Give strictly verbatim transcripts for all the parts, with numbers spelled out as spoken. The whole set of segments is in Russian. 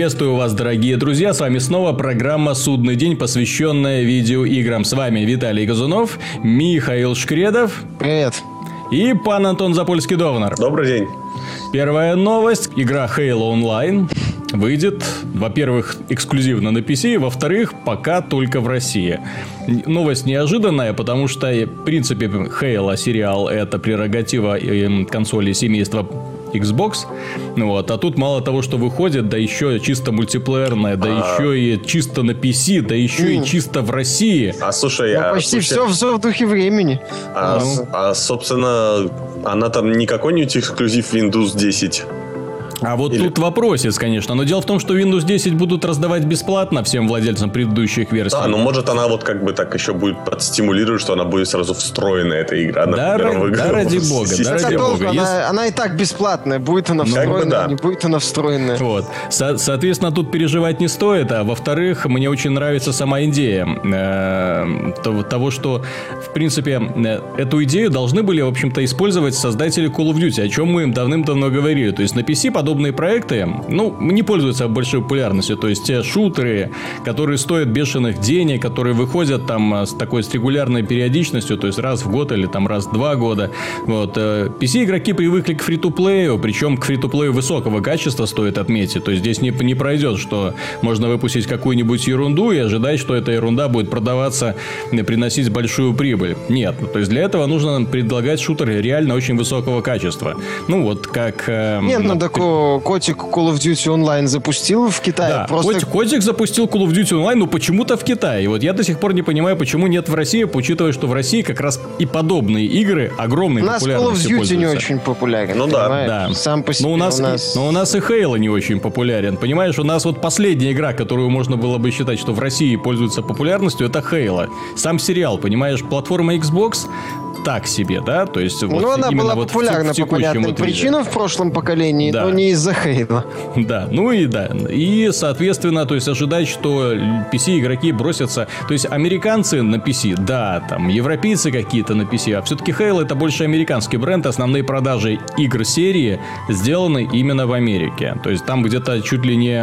Приветствую вас, дорогие друзья, с вами снова программа «Судный день», посвященная видеоиграм. С вами Виталий Казунов, Михаил Шкредов. Привет. И пан Антон Запольский-Довнар. Добрый день. Первая новость. Игра Halo Online выйдет, во-первых, эксклюзивно на пи си, во-вторых, пока только в России. Новость неожиданная, потому что, в принципе, Halo сериал — это прерогатива консоли семейства Xbox, вот, а тут мало того, что выходит, да еще чисто мультиплеерное, да а... еще и чисто на пи си, да еще mm. и чисто в России. А слушай, ну, а, почти слушай, все, все в духе времени. А, ну. а, собственно, она там не какой-нибудь эксклюзив Windows десять. А вот Или... тут вопросец, конечно. Но дело в том, что Windows десять будут раздавать бесплатно всем владельцам предыдущих версий. Да, ну может она вот как бы так еще будет подстимулировать, что она будет сразу встроенная, эта игра. Да, например, ради, да ради бога, да ради бога. Она, Есть... она и так бесплатная, будет она встроенная, ну, как бы да. не будет она встроенная. Вот. Со- соответственно, тут переживать не стоит. А во-вторых, мне очень нравится сама идея э- того, что, в принципе, эту идею должны были, в общем-то, использовать создатели Call of Duty, о чем мы им давным-давно говорили. То есть на пи си подобные проекты, ну, не пользуются большой популярностью. То есть те шутеры, которые стоят бешеных денег, которые выходят там с такой с регулярной периодичностью, то есть раз в год или там раз в два года. Вот. пи си-игроки привыкли к фри-ту-плею, причем к фри-ту-плею высокого качества, стоит отметить. То есть здесь не, не пройдет, что можно выпустить какую-нибудь ерунду и ожидать, что эта ерунда будет продаваться и приносить большую прибыль. Нет. То есть для этого нужно предлагать шутеры реально очень высокого качества. Ну, вот как... Нет, ну, такого... Котик Call of Duty Online запустил в Китае. Да, просто... Котик, Котик запустил Call of Duty Online, но почему-то в Китае. И вот я до сих пор не понимаю, почему нет в России, учитывая, что в России как раз и подобные игры огромной популярностью пользуются. У нас Call of Duty не очень популярен. Ну да. да. Сам по себе но у, нас, у нас... но у нас и Halo не очень популярен. Понимаешь, у нас вот последняя игра, которую можно было бы считать, что в России пользуется популярностью, это Halo. Сам сериал, понимаешь, платформа Xbox... так себе, да? То есть, ну, вот она была вот популярна в, в по понятным вот причинам в прошлом поколении, да. но не из-за Хейла. Да, ну и да. И, соответственно, то есть ожидать, что пи си-игроки бросятся... То есть американцы на пи си, да, там, европейцы какие-то на пи си, а все-таки Halo — это больше американский бренд, основные продажи игр серии сделаны именно в Америке. То есть там где-то чуть ли не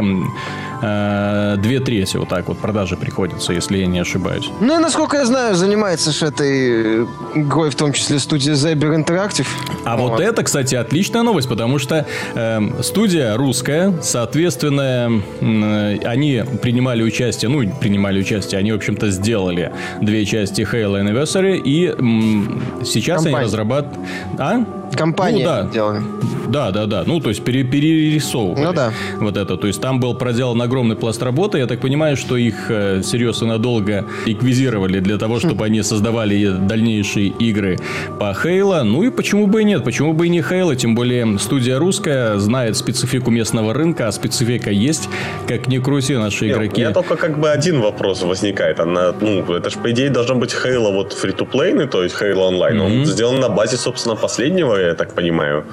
э, две трети вот так вот продажи приходится, если я не ошибаюсь. Ну, насколько я знаю, занимается же этой игрой, в том числе студия Zyber Interactive. А вот, вот это, кстати, отличная новость, потому что э, студия русская, соответственно, э, они принимали участие, ну, принимали участие, они, в общем-то, сделали две части Halo Anniversary, и э, сейчас Компания. они разрабатывают... А? Компания ну, да. делали. Да, да, да. Ну, то есть пере- перерисовывали. Ну, да. Вот это. То есть там был проделан огромный пласт работы. Я так понимаю, что их э, серьезно надолго реквизировали для того, чтобы они создавали дальнейшие игры по Halo. Ну и почему бы и нет? Почему бы и не Halo? Тем более студия русская знает специфику местного рынка, а специфика есть. Как ни крути, наши нет, игроки... У меня только как бы один вопрос возникает. Она, ну, это же, по идее, должно быть Halo вот фри-ту-плейный, то есть Halo Online. Mm-hmm. Он сделан на базе, собственно, последнего, я так понимаю.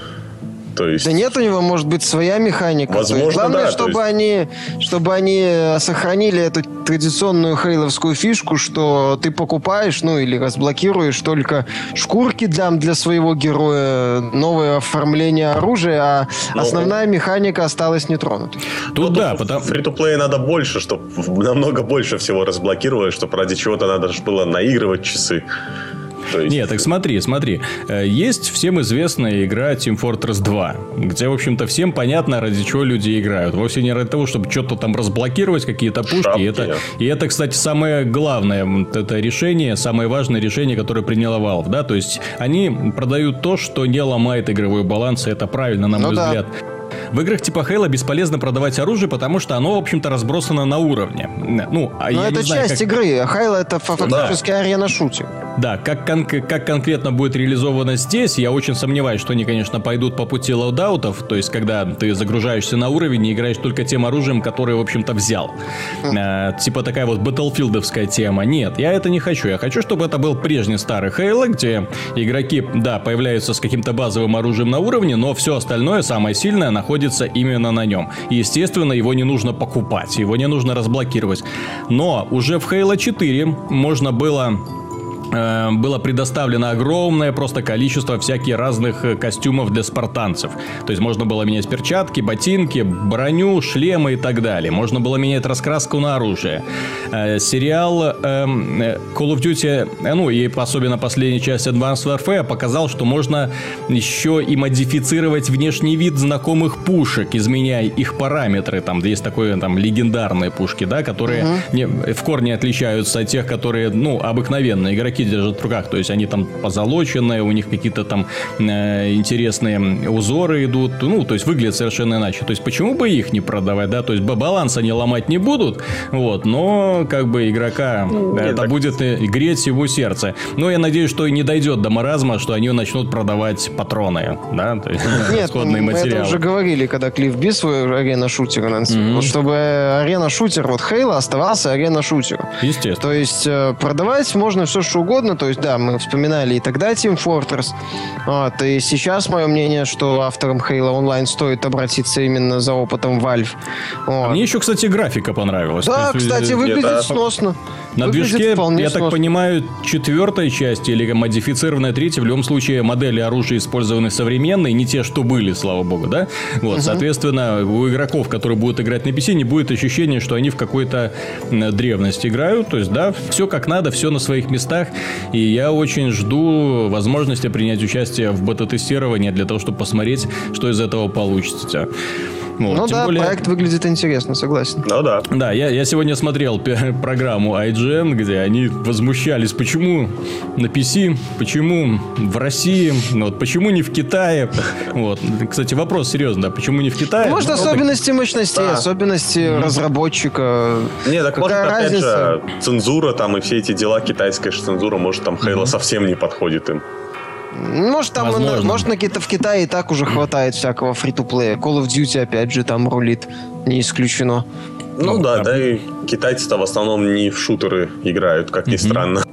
То есть... Да нет, у него может быть своя механика. Возможно, главное, да, чтобы, есть... они, чтобы они сохранили эту традиционную хейловскую фишку, что ты покупаешь, ну или разблокируешь только шкурки для, для своего героя, новое оформление оружия, а Но... основная механика осталась нетронутой. Тут ну, да, тут потому... в фри-то-плее надо больше, чтобы намного больше всего разблокировать, чтобы ради чего-то надо же было наигрывать часы. Есть... Нет, так смотри, смотри. Есть всем известная игра Team Fortress два, где, в общем-то, всем понятно, ради чего люди играют. Вовсе не ради того, чтобы что-то там разблокировать, какие-то пушки. И это, и это, кстати, самое главное это решение, самое важное решение, которое приняла Valve. Да? То есть они продают то, что не ломает игровой баланс, и это правильно, на мой ну, взгляд. Да. В играх типа Halo бесполезно продавать оружие, потому что оно, в общем-то, разбросано на уровне. Ну, а Но я это не знаю, часть как... игры. Halo — это фактически да. арена-шутинг. Да, как, кон- как конкретно будет реализовано здесь, я очень сомневаюсь, что они, конечно, пойдут по пути лоудаутов, то есть, когда ты загружаешься на уровень и играешь только тем оружием, которое, в общем-то, взял. Mm. А, типа такая вот батлфилдовская тема. Нет, я это не хочу. Я хочу, чтобы это был прежний старый Halo, где игроки, да, появляются с каким-то базовым оружием на уровне, но все остальное, самое сильное, находится именно на нем. И, естественно, его не нужно покупать, его не нужно разблокировать. Но уже в Halo четыре можно было было предоставлено огромное просто количество всяких разных костюмов для спартанцев. То есть можно было менять перчатки, ботинки, броню, шлемы и так далее. Можно было менять раскраску на оружие. Сериал Call of Duty, ну и особенно последняя часть Advanced Warfare показал, что можно еще и модифицировать внешний вид знакомых пушек, изменяя их параметры. Там есть такое, там, легендарные пушки, да, которые uh-huh. не, в корне отличаются от тех, которые, ну, обыкновенные игроки держат в руках, то есть они там позолоченные, у них какие-то там э, интересные узоры идут, ну, то есть выглядят совершенно иначе. То есть почему бы их не продавать, да, то есть баланс они ломать не будут, вот, но как бы игрока ну, это так... будет греть его сердце. Но я надеюсь, что и не дойдет до маразма, что они начнут продавать патроны, да, то есть исходные материалы. Мы это уже говорили, когда Клифф Би свой арена-шутер анонсировал, вот чтобы арена-шутер, вот Хейла оставался арена-шутером. Естественно. То есть продавать можно все, что угодно. То есть, да, мы вспоминали и тогда Team Fortress. Вот, и сейчас мое мнение, что авторам Halo Online стоит обратиться именно за опытом Valve. Вот. Мне еще, кстати, графика понравилась. Да, есть, кстати, выглядит это... сносно. На выглядит движке, я сносно. Так понимаю, четвертой части или модифицированная третья, в любом случае модели оружия использованы современные, не те, что были, слава богу, да? Вот, угу. Соответственно, у игроков, которые будут играть на пи си, не будет ощущения, что они в какой-то древности играют. То есть, да, все как надо, все на своих местах. И я очень жду возможности принять участие в бета-тестировании для того, чтобы посмотреть, что из этого получится. Вот. Ну Тем да, более... проект выглядит интересно, согласен. Ну да. Да, я, я сегодня смотрел программу ай джи эн, где они возмущались, почему на пи си, почему в России, вот, почему не в Китае. Вот. Кстати, вопрос серьезный, да, почему не в Китае? Может, ну, особенности так... мощностей, да. особенности mm-hmm. разработчика. Не, так какая может, разница? Опять же, цензура там и все эти дела, китайская же цензура, может, там Halo mm-hmm. совсем не подходит им. Может, там на, может, на, в Китае и так уже хватает всякого фри-ту-плея. Call of Duty, опять же, там рулит. Не исключено. Ну, ну да, там... да и китайцы-то в основном не в шутеры играют, как ни mm-hmm. странно.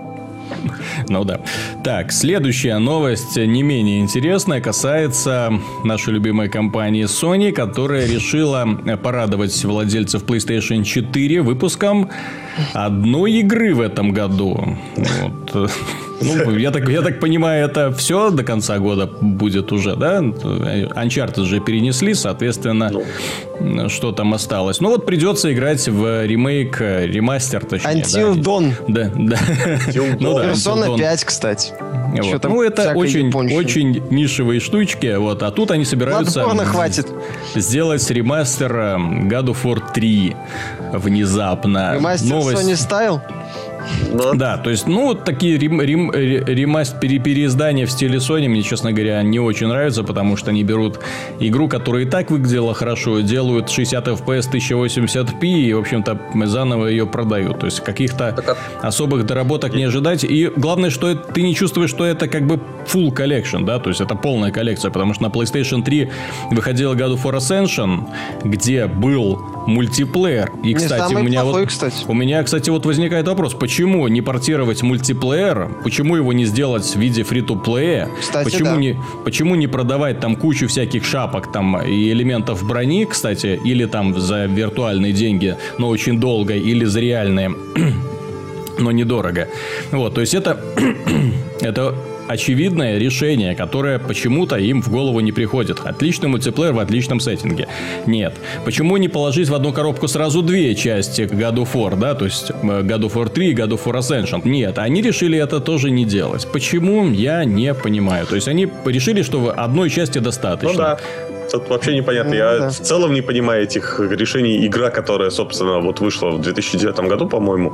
Ну да. Так, следующая новость, не менее интересная, касается нашей любимой компании Sony, которая решила порадовать владельцев PlayStation четыре выпуском одной игры в этом году. Вот. Ну, я так, я так понимаю, это все до конца года будет уже, да? Uncharted же перенесли, соответственно, ну. что там осталось. Ну, вот придется играть в ремейк, ремастер, точнее. Until да. Dawn. Да, да. Ну, да, Persona пять, кстати. Вот. Ну, это очень, очень нишевые штучки, вот. А тут они собираются хватит. сделать ремастер God of War три внезапно. Ремастер Новость... Sony Style? Но... Да, то есть, ну, вот такие рем, рем, ремастер, пере, переиздания в стиле Sony мне, честно говоря, не очень нравятся, потому что они берут игру, которая и так выглядела хорошо, делают шестьдесят эф пи эс тысяча восемьдесят пи и, в общем-то, заново ее продают. То есть, каких-то так... особых доработок не ожидать. И главное, что это, ты не чувствуешь, что это как бы full collection, да, то есть, это полная коллекция, потому что на PlayStation три выходила God of War Ascension, где был мультиплеер. И, кстати, у меня плохой, вот... кстати. У меня, кстати, вот возникает вопрос, почему Почему не портировать мультиплеер? Почему его не сделать в виде фри-ту-плея? Кстати, почему, да. не, почему не продавать там кучу всяких шапок там, и элементов брони, кстати, или там за виртуальные деньги, но очень долго, или за реальные, но недорого. Вот, то есть это... это очевидное решение, которое почему-то им в голову не приходит. Отличный мультиплеер в отличном сеттинге. Нет. Почему не положить в одну коробку сразу две части God of War, да, то есть God of War три и God of War Ascension? Нет, они решили это тоже не делать. Почему, я не понимаю. То есть они решили, что одной части достаточно. Ну да. Тут вообще непонятно. Ну, Я да. в целом не понимаю этих решений. Игра, которая, собственно, вот вышла в две тысячи девятом году, по-моему,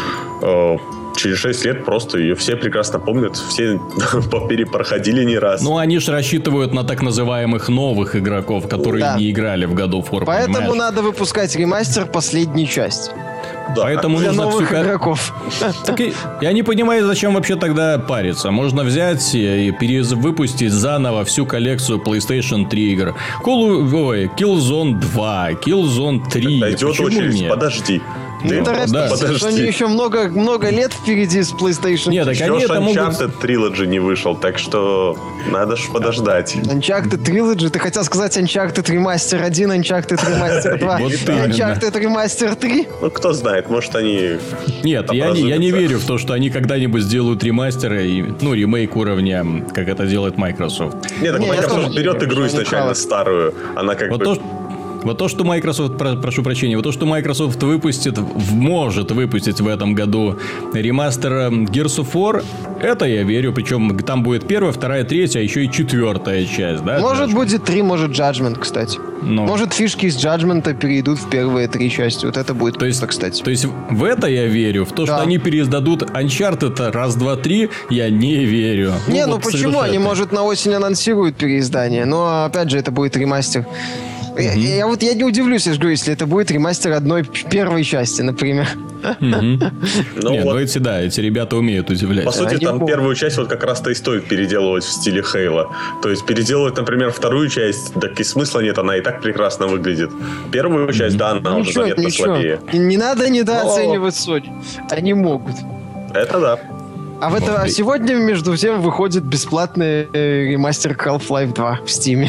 э- через шесть лет просто ее все прекрасно помнят, все перепроходили не раз. Ну, они же рассчитывают на так называемых новых игроков, которые да. не играли в God of War. Поэтому понимаешь? Надо выпускать ремастер последней части. Да. Поэтому для нужно новых всю... игроков. Так и, я не понимаю, зачем вообще тогда париться. Можно взять и перевыпустить заново всю коллекцию PlayStation три игр. Call... Ой, Killzone два, Killzone три. Дойдет Почему очередь, нет? подожди. Ты ну, просто да. подожди. Sony еще много, много лет впереди с PlayStation. Нет, так они это могут... Uncharted Trilogy не вышел, так что надо ж подождать. Uncharted Trilogy? Ты хотел сказать Uncharted Remaster один, Uncharted Remaster два, Uncharted Remaster три? Ну, кто знает, может они... Нет, я не, я не верю в то, что они когда-нибудь сделают ремастеры, и, ну, ремейк уровня, как это делает Microsoft. Нет, так не, Microsoft берет игру изначально старую, она как вот бы... То, Вот то, что Microsoft, про, прошу прощения, вот то, что Microsoft выпустит, в, может выпустить в этом году ремастер Gears of War, это я верю, причем там будет первая, вторая, третья, а еще и четвертая часть, да? Может Judgment. Будет три, может Judgment, кстати. Но. Может фишки из Judgment перейдут в первые три части, вот это будет то есть, кстати. То есть в это я верю, в то, да. что они переиздадут Uncharted раз, два, три, я не верю. Не, ну, ну вот почему? Они, может, на осень анонсируют переиздание, но, опять же, это будет ремастер. Mm-hmm. Я, я вот я не удивлюсь, я же говорю, если это будет ремастер одной первой части, например. Mm-hmm. ну, Нет, вот, ну эти, да, эти ребята умеют удивлять. По сути, Они там могут. Первую часть вот как раз-то и стоит переделывать в стиле Хейла. То есть переделывать, например, вторую часть, так и смысла нет, она и так прекрасно выглядит. Первую mm-hmm. часть, да, она ничего, уже заметно ничего. слабее. Не надо недооценивать Sony. Они могут. Это да. А, в это, а сегодня, между тем, выходит бесплатный э, ремастер Half-Life два в Steam.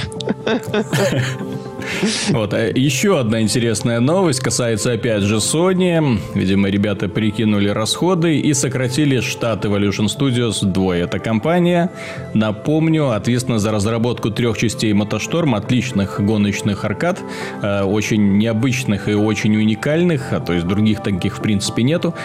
Вот. Еще одна интересная новость касается опять же Sony. Видимо, ребята прикинули расходы и сократили штат Evolution Studios вдвое. Эта компания, напомню, ответственна за разработку трех частей MotoStorm, отличных гоночных аркад, очень необычных и очень уникальных, а то есть других таких в принципе нету.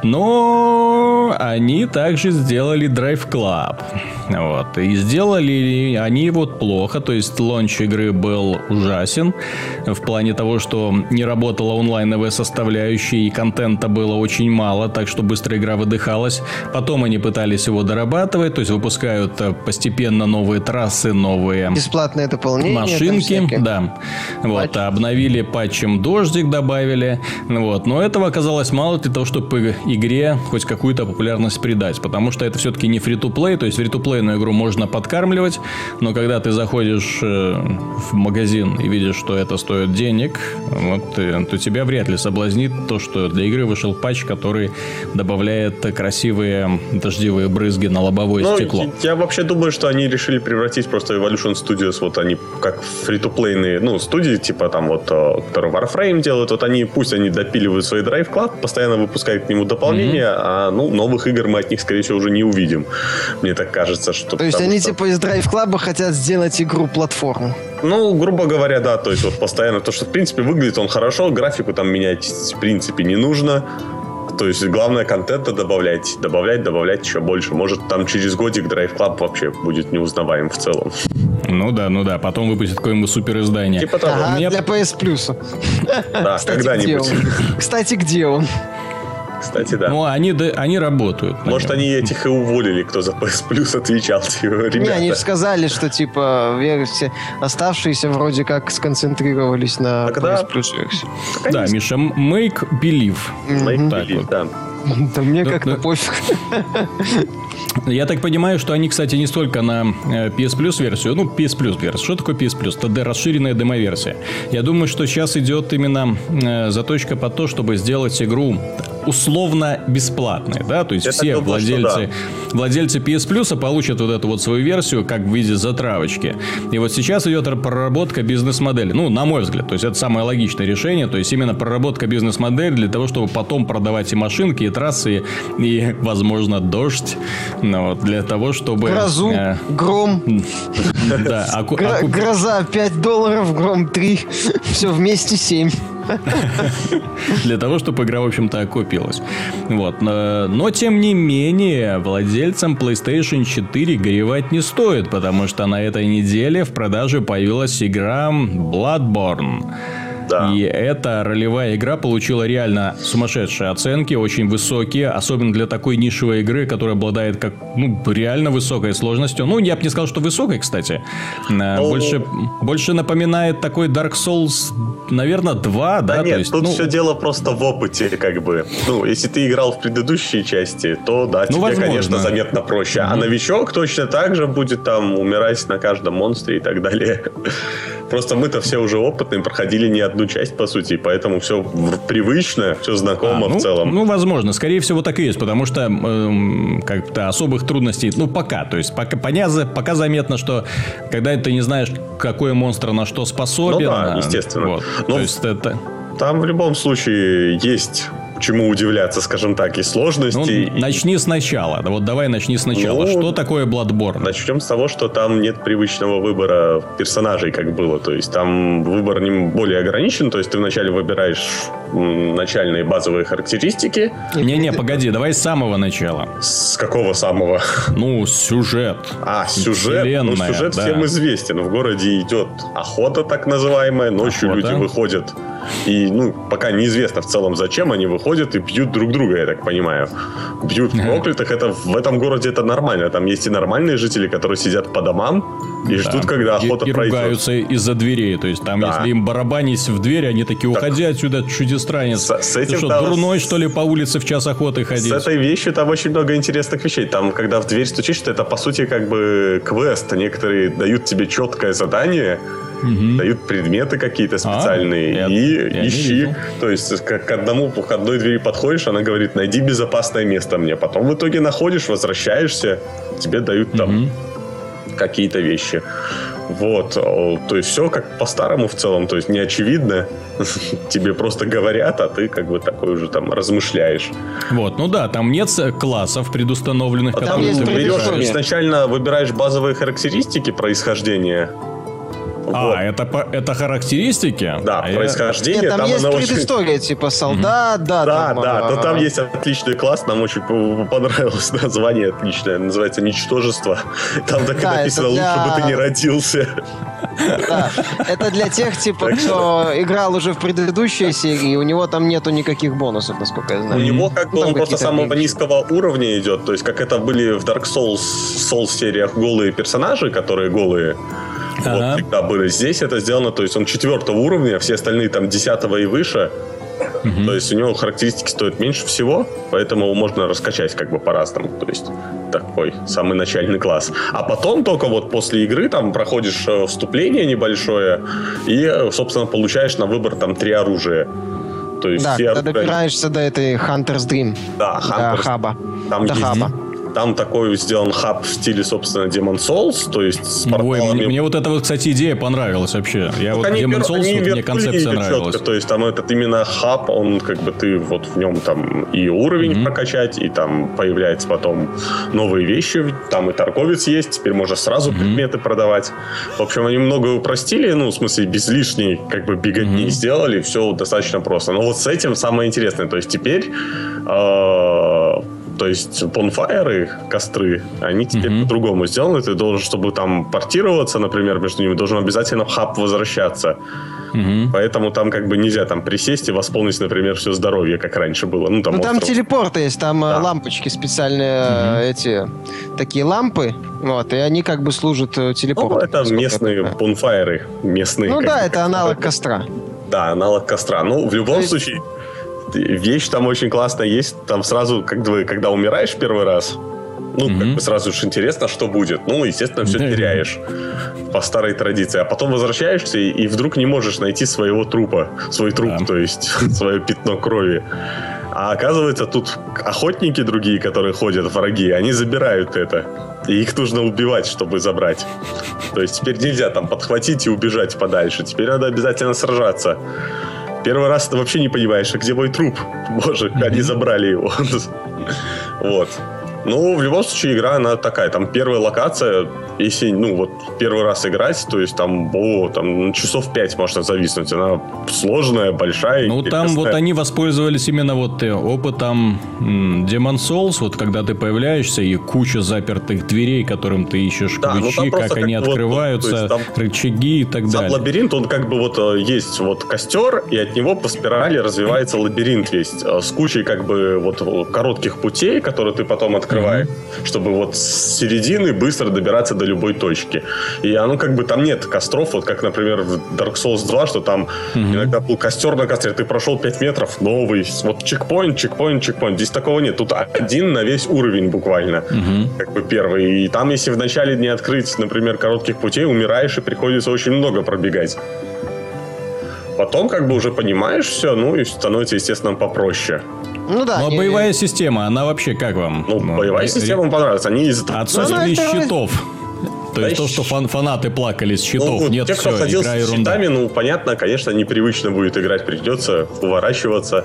Но они также сделали Drive Club. Вот. И сделали они вот плохо, то есть лонч игры был ужасен в плане того, что не работала онлайновая составляющая и контента было очень мало, так что быстро игра выдыхалась. Потом они пытались его дорабатывать, то есть выпускают постепенно новые трассы, новые бесплатное дополнение, машинки, да. Вот, обновили патчем дождик, добавили. Вот. Но этого оказалось мало для того, чтобы игре хоть какую-то популярность придать, потому что это все-таки не фри-то-плей, то есть фри-то-плейную игру можно подкармливать, но когда ты заходишь в магазин и видишь, что это стоит денег, вот, то тебя вряд ли соблазнит то, что для игры вышел патч, который добавляет красивые дождевые брызги на лобовое ну, стекло. Я вообще думаю, что они решили превратить просто Evolution Studios, вот они как фри-то-плейные, ну, студии, типа там вот, которые Warframe делают, вот они, пусть они допиливают свой Drive Club, постоянно выпускают к нему дополнения, mm-hmm. а, ну, новых игр мы от них, скорее всего, уже не увидим. Мне так кажется, что... То есть они, что... типа, из Drive Club хотят сделать игру-платформу? Ну, грубо говоря, да, то есть вот постоянно, то, что, в принципе, выглядит он хорошо, графику там менять, в принципе, не нужно. То есть, главное, контента добавлять, добавлять, добавлять еще больше. Может, там через годик Drive Club вообще будет неузнаваем в целом. Ну да, ну да, потом выпустят какое-нибудь супер издание. Типа того. Ага, меня... для пи эс Plus. Да, когда-нибудь. Кстати, где он? Кстати, да. Ну, они, они работают. Может, они этих и уволили, кто за пи эс Plus отвечал. Типа, ребята. Не, они сказали, что, типа, версии оставшиеся вроде как сконцентрировались на Тогда... пи эс Plus версии. Да, Миша, make believe. Make так believe, вот. Да. Да мне как-то да, пофиг. Я так понимаю, что они, кстати, не столько на пи эс Plus версию, ну, пи эс Plus версию. Что такое пи эс Plus? Это расширенная демо-версия. Я думаю, что сейчас идет именно заточка под то, чтобы сделать игру условно бесплатной, да, то есть я все думаю, владельцы, да. владельцы пи эс Plus получат вот эту вот свою версию как в виде затравочки. И вот сейчас идет проработка бизнес-модели, ну, на мой взгляд, то есть это самое логичное решение, то есть именно проработка бизнес-модели для того, чтобы потом продавать и машинки, и трассы, и, возможно, дождь, ну, вот, для того, чтобы... Грозу, э, гром. Да, аку, Гро- аку... Гроза пять долларов, гром три, все вместе семь. Для того, чтобы игра, в общем-то, окупилась. Вот. Но, но, тем не менее, владельцам PlayStation четыре горевать не стоит, потому что на этой неделе в продаже появилась игра Bloodborne. Да. И эта ролевая игра получила реально сумасшедшие оценки, очень высокие, особенно для такой нишевой игры, которая обладает как, ну, реально высокой сложностью. Ну, я бы не сказал, что высокой, кстати. Oh. Больше, больше напоминает такой Dark Souls, наверное, два, да? Да нет, то есть, тут ну... все дело просто в опыте, как бы. Ну, если ты играл в предыдущие части, то да, ну, тебе, возможно. конечно, заметно проще. Mm-hmm. А новичок точно так же будет там умирать на каждом монстре и так далее. Просто мы-то все уже опытные, проходили не одну часть, по сути, поэтому все привычно, все знакомо а, ну, в целом. Ну, возможно. Скорее всего, так и есть, потому что э, как-то особых трудностей, ну, пока. То есть, пока, понятно, пока заметно, что когда ты не знаешь, какой монстр на что способен. Ну да, естественно. Вот, Но то есть, это... Там в любом случае есть... чему удивляться, скажем так, и сложности. Ну, начни сначала. Вот давай начни сначала. Ну, что такое Bloodborne? Начнем с того, что там нет привычного выбора персонажей, как было. То есть там выбор не более ограничен. То есть ты вначале выбираешь начальные базовые характеристики. Не-не, погоди, давай с самого начала. С какого самого? Ну, сюжет. А, сюжет? Вселенная, ну, сюжет да. всем известен. В городе идет охота, так называемая. Ночью охота. Люди выходят. И, ну, пока неизвестно в целом, зачем они выходят и бьют друг друга, я так понимаю. Бьют проклятых. Это, в этом городе это нормально. Там есть и нормальные жители, которые сидят по домам и да. ждут, когда охота и, и пройдет. И ругаются из-за дверей. То есть, там, да. если им барабанить в дверь, они такие, уходи так. отсюда, чудестранец. С, с этим, Ты что, да, дурной, что ли, по улице в час охоты ходить? С этой вещью там очень много интересных вещей. Там, когда в дверь стучишь, это, по сути, как бы квест. Некоторые дают тебе четкое задание, угу. дают предметы какие-то специальные, а, и я, ищи. Я То есть к, к одному, к одной двери подходишь, она говорит, найди безопасное место мне. Потом в итоге находишь, возвращаешься, тебе дают там угу. какие-то вещи. Вот, то есть все как по-старому в целом, то есть не очевидно, тебе просто говорят, а ты как бы такой уже там размышляешь. Вот, ну да, там нет классов предустановленных, а которые ты берешь, изначально выбираешь базовые характеристики происхождения. А, вот. это, это характеристики? Да, а происхождение. Нет, там, там есть предыстория, очень... типа солдат, mm-hmm. да. Да, там, да, а... но там есть отличный класс, нам очень понравилось название отличное, называется «Ничтожество». Там так и да, написано, для... лучше бы ты не родился. Да, это для тех, типа, кто играл уже в предыдущей серии, у него там нету никаких бонусов, насколько я знаю. У него как бы он просто самого низкого уровня идет, то есть как это были в Dark Souls, Souls сериях голые персонажи, которые голые. Ага. Вот всегда были. Здесь это сделано, то есть он четвертого уровня, все остальные там десятого и выше. Угу. То есть у него характеристики стоят меньше всего, поэтому его можно раскачать как бы по-разному. То есть такой самый начальный класс. А потом только вот после игры там проходишь вступление небольшое и, собственно, получаешь на выбор там три оружия. То есть да, все когда оружия... добираешься до этой Hunter's Dream. Да, Hunter's... до хаба. Там до есть... хаба. Там такой сделан хаб в стиле, собственно, Demon's Souls, то есть с порталами. Ой, мне, мне вот эта вот, кстати, идея понравилась вообще. Я вот Demon's Souls, вот мне концепция нравилась. Четко, то есть там этот именно хаб, он как бы ты вот в нем там и уровень mm-hmm. прокачать, и там появляются потом новые вещи, там и торговец есть, теперь можно сразу mm-hmm. предметы продавать. В общем, они многое упростили, ну, в смысле, без лишней как бы беготни mm-hmm. сделали, все достаточно просто. Но вот с этим самое интересное, то есть теперь... Э- То есть бонфайры, костры, они теперь mm-hmm. по-другому сделаны. Ты должен, чтобы там портироваться, например, между ними, должен обязательно в хаб возвращаться. Mm-hmm. Поэтому там как бы нельзя там присесть и восполнить, например, все здоровье, как раньше было. Ну, там, ну, там телепорты есть, там да. лампочки специальные, mm-hmm. эти такие лампы, вот, и они как бы служат телепортом. Ну, это местные бонфайры, местные. Ну да, это аналог костра. Да, аналог костра. Ну, в любом есть... случае... Вещь там очень классная есть. Там сразу, как бы, когда умираешь первый раз, ну, mm-hmm. как бы сразу же интересно, что будет. Ну, естественно, все mm-hmm. теряешь по старой традиции. А потом возвращаешься и, и вдруг не можешь найти своего трупа. Свой труп, yeah. то есть свое пятно крови. А оказывается, тут охотники другие, которые ходят, враги, они забирают это. И их нужно убивать, чтобы забрать. То есть теперь нельзя там подхватить и убежать подальше. Теперь надо обязательно сражаться. Первый раз ты вообще не понимаешь, а где мой труп? Боже, mm-hmm. они забрали его. Вот. Ну, в любом случае, игра, она такая. Там первая локация, если, ну, вот первый раз играть, то есть там, о, там часов пять можно зависнуть. Она сложная, большая. Ну, там вот они воспользовались именно вот опытом Demon's Souls, вот когда ты появляешься, и куча запертых дверей, которым ты ищешь да, ключи, как, как они вот, открываются, там, рычаги и так далее. Сам лабиринт, он как бы вот есть вот костер, и от него по спирали развивается лабиринт весь, с кучей как бы вот коротких путей, которые ты потом открываешь, открывает, mm-hmm. чтобы вот с середины быстро добираться до любой точки. И оно как бы там нет костров, вот как, например, в Dark Souls два, что там mm-hmm. иногда был костер на костре, ты прошел пять метров, новый, вот чекпоинт, чекпоинт, чекпоинт. Здесь такого нет. Тут один на весь уровень буквально, mm-hmm. как бы первый. И там, если вначале не открыть, например, коротких путей, умираешь и приходится очень много пробегать. Потом как бы уже понимаешь все, ну и становится, естественно, попроще. Ну да. Ну, а боевая не... система, она вообще как вам? Ну, ну боевая ре... система мне понравилась. Они из... Отсутствие ну, щитов. То да есть то, что фан- фанаты плакали с щитов, ну, нет, те, все, кто ходил игра с ерунда. щитами, ну, понятно, конечно, непривычно будет играть, придется уворачиваться.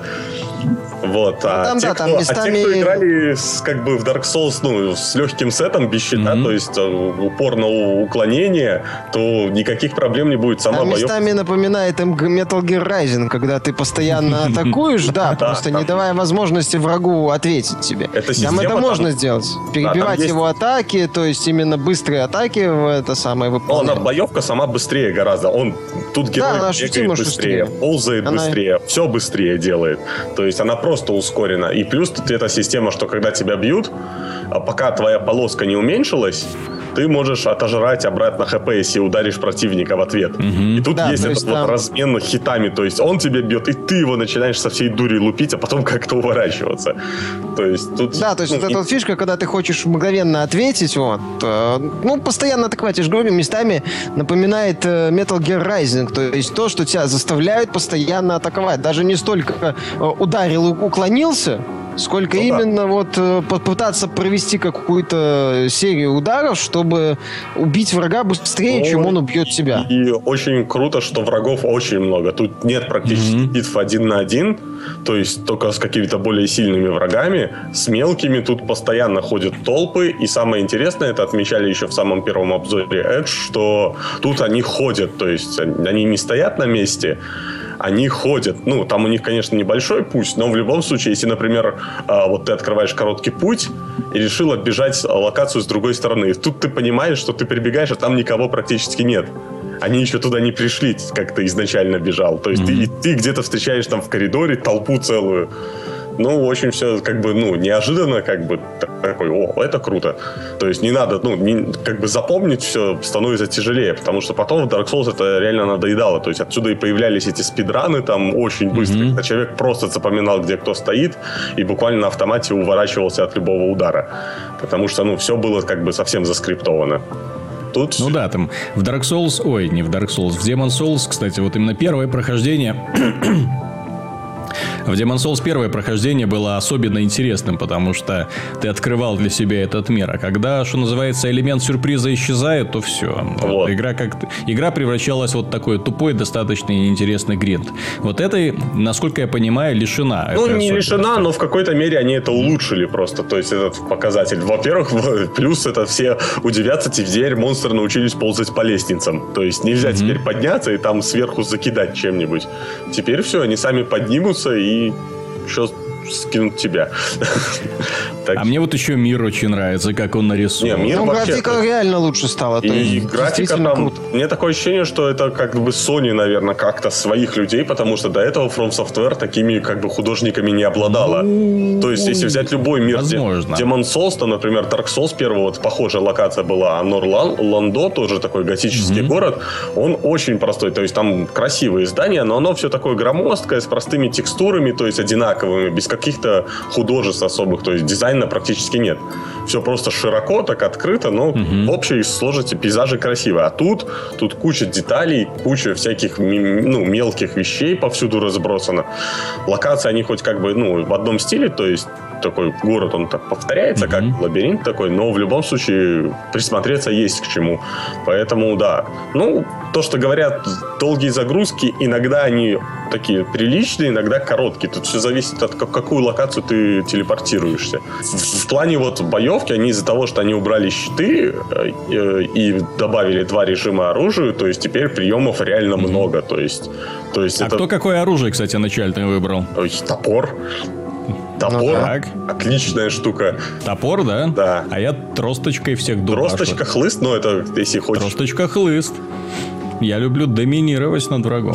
Вот. Ну, а, там, те, да, кто, местами... а те, кто играли с, как бы в Dark Souls, ну, с легким сетом, без щита, mm-hmm. то есть упор на уклонение, то никаких проблем не будет. Сама там боевка... местами напоминает Metal Gear Rising, когда ты постоянно атакуешь, да, просто не давая возможности врагу ответить тебе. Там это можно сделать. Перебивать его атаки, то есть именно быстрые атаки в это самое выполнять. Она боевка сама быстрее гораздо. Он тут герой да, бегает быстрее, ползает она... быстрее, все быстрее делает. То есть она просто ускорена. И плюс тут эта система, что когда тебя бьют, пока твоя полоска не уменьшилась, ты можешь отожрать обратно хп, если ударишь противника в ответ. Mm-hmm. И тут да, есть этот есть вот там... размен хитами. То есть он тебя бьет, и ты его начинаешь со всей дури лупить, а потом как-то уворачиваться. То есть тут... Да, то есть ну, вот и... эта вот фишка, когда ты хочешь мгновенно ответить, вот, э, ну, постоянно атаковать, я же говорю, местами напоминает э, Metal Gear Rising. То есть то, что тебя заставляют постоянно атаковать. Даже не столько э, ударил и уклонился, сколько ну, именно да. вот попытаться провести какую-то серию ударов, чтобы убить врага быстрее, ну, чем он убьет тебя. И очень круто, что врагов очень много. Тут нет практически mm-hmm. битв один на один, то есть только с какими-то более сильными врагами. С мелкими тут постоянно ходят толпы. И самое интересное, это отмечали еще в самом первом обзоре Edge, что тут они ходят, то есть они не стоят на месте, они ходят. Ну, там у них, конечно, небольшой путь, но в любом случае, если, например, вот ты открываешь короткий путь и решил оббежать локацию с другой стороны, тут ты понимаешь, что ты прибегаешь, а там никого практически нет. Они еще туда не пришли, как ты изначально бежал. То есть mm-hmm. ты, ты где-то встречаешь там в коридоре толпу целую. Ну, очень все как бы, ну, неожиданно, как бы, такой, о, это круто. То есть не надо, ну, не, как бы запомнить все становится тяжелее, потому что потом в Dark Souls это реально надоедало. То есть отсюда и появлялись эти спидраны там очень быстро, mm-hmm. когда человек просто запоминал, где кто стоит, и буквально на автомате уворачивался от любого удара. Потому что, ну, все было как бы совсем заскриптовано. Тут... Ну да, там в Dark Souls, ой, не в Dark Souls, в Demon Souls, кстати, вот именно первое прохождение... В Demon's Souls первое прохождение было особенно интересным, потому что ты открывал для себя этот мир. А когда, что называется, элемент сюрприза исчезает, то все. Вот. Игра, как... Игра превращалась в вот такой тупой, достаточно неинтересный гринд. Вот этой, насколько я понимаю, лишена. Ну, не лишена, но в какой-то мере они это улучшили просто. То есть этот показатель. Во-первых, плюс это все удивятся, теперь монстры научились ползать по лестницам. То есть нельзя mm-hmm. теперь подняться и там сверху закидать чем-нибудь. Теперь все, они сами поднимутся и еще скинут тебя. А мне вот еще мир очень нравится, как он нарисован. Ну, графика реально лучше стала. И графика там... Мне такое ощущение, что это как бы Sony, наверное, как-то своих людей, потому что до этого From Software такими как бы художниками не обладала. То есть, если взять любой мир, Demon Souls, то, например, Dark Souls первый, вот похожая локация была, Анор Ландо, тоже такой готический город, он очень простой. То есть, там красивые здания, но оно все такое громоздкое, с простыми текстурами, то есть, одинаковыми, без каких-то художеств особых, то есть дизайна практически нет. Все просто широко, так открыто, но угу. в общей сложности пейзажи красивые. А тут, тут куча деталей, куча всяких ну, мелких вещей повсюду разбросано. Локации, они хоть как бы ну, в одном стиле, то есть такой город, он так повторяется, mm-hmm. как лабиринт такой, но в любом случае присмотреться есть к чему. Поэтому, да. Ну, то, что говорят, долгие загрузки, иногда они такие приличные, иногда короткие. Тут все зависит от какую локацию ты телепортируешься. В, в плане вот боевки, они из-за того, что они убрали щиты э, и добавили два режима оружия, то есть теперь приемов реально mm-hmm. много. То есть, то есть а это... кто какое оружие, кстати, начальное выбрал? Ой, топор. Топор, ну, так. Отличная штука. Топор, да? Да. А я тросточкой всех дубашу. Тросточка хлыст, но это если хочешь. Тросточка хлыст. Я люблю доминировать над врагом.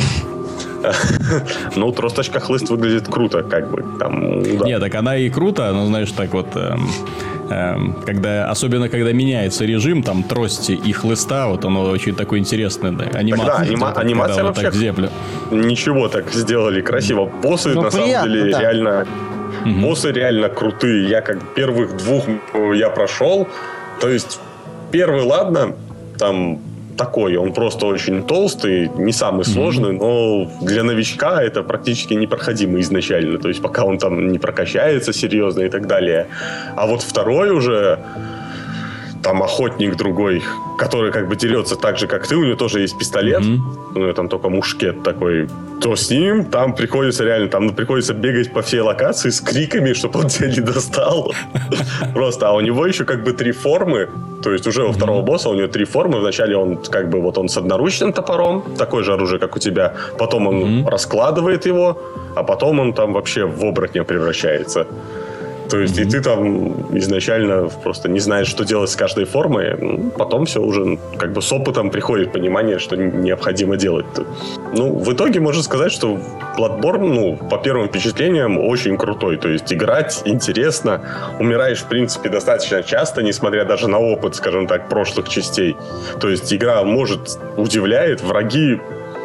Ну, тросточка хлыст выглядит круто, как бы. Там, да. Нет, так она и круто, но знаешь, так вот... когда, особенно когда меняется режим, там, трости и хлыста, вот оно очень такое интересное, да, анимация. Да, анима- анимация вообще так в землю. Ничего так сделали красиво. Боссы, ну, на приятно, самом деле, да. реально... Угу. Боссы реально крутые. Я как первых двух я прошел. То есть, первый, ладно, там... такой, он просто очень толстый, не самый сложный, mm-hmm. но для новичка это практически непроходимый изначально, то есть пока он там не прокачается серьезно и так далее. А вот второй уже, там охотник другой, который как бы дерется так же, как ты, у него тоже есть пистолет, mm-hmm. у него там только мушкет такой, то с ним там приходится реально, там приходится бегать по всей локации с криками, чтобы он тебя не достал. Просто, а у него еще как бы три формы. То есть уже у второго босса у него три формы. Вначале он как бы вот он с одноручным топором, такое же оружие, как у тебя. Потом он mm-hmm. раскладывает его, а потом он там вообще в оборотня превращается. То есть mm-hmm. и ты там изначально просто не знаешь, что делать с каждой формой. Потом все уже как бы с опытом приходит понимание, что необходимо делать. Ну, в итоге можно сказать, что Bloodborne, ну, по первым впечатлениям, очень крутой. То есть играть интересно. Умираешь, в принципе, достаточно часто, несмотря даже на опыт, скажем так, прошлых частей. То есть игра, может, удивляет. Враги,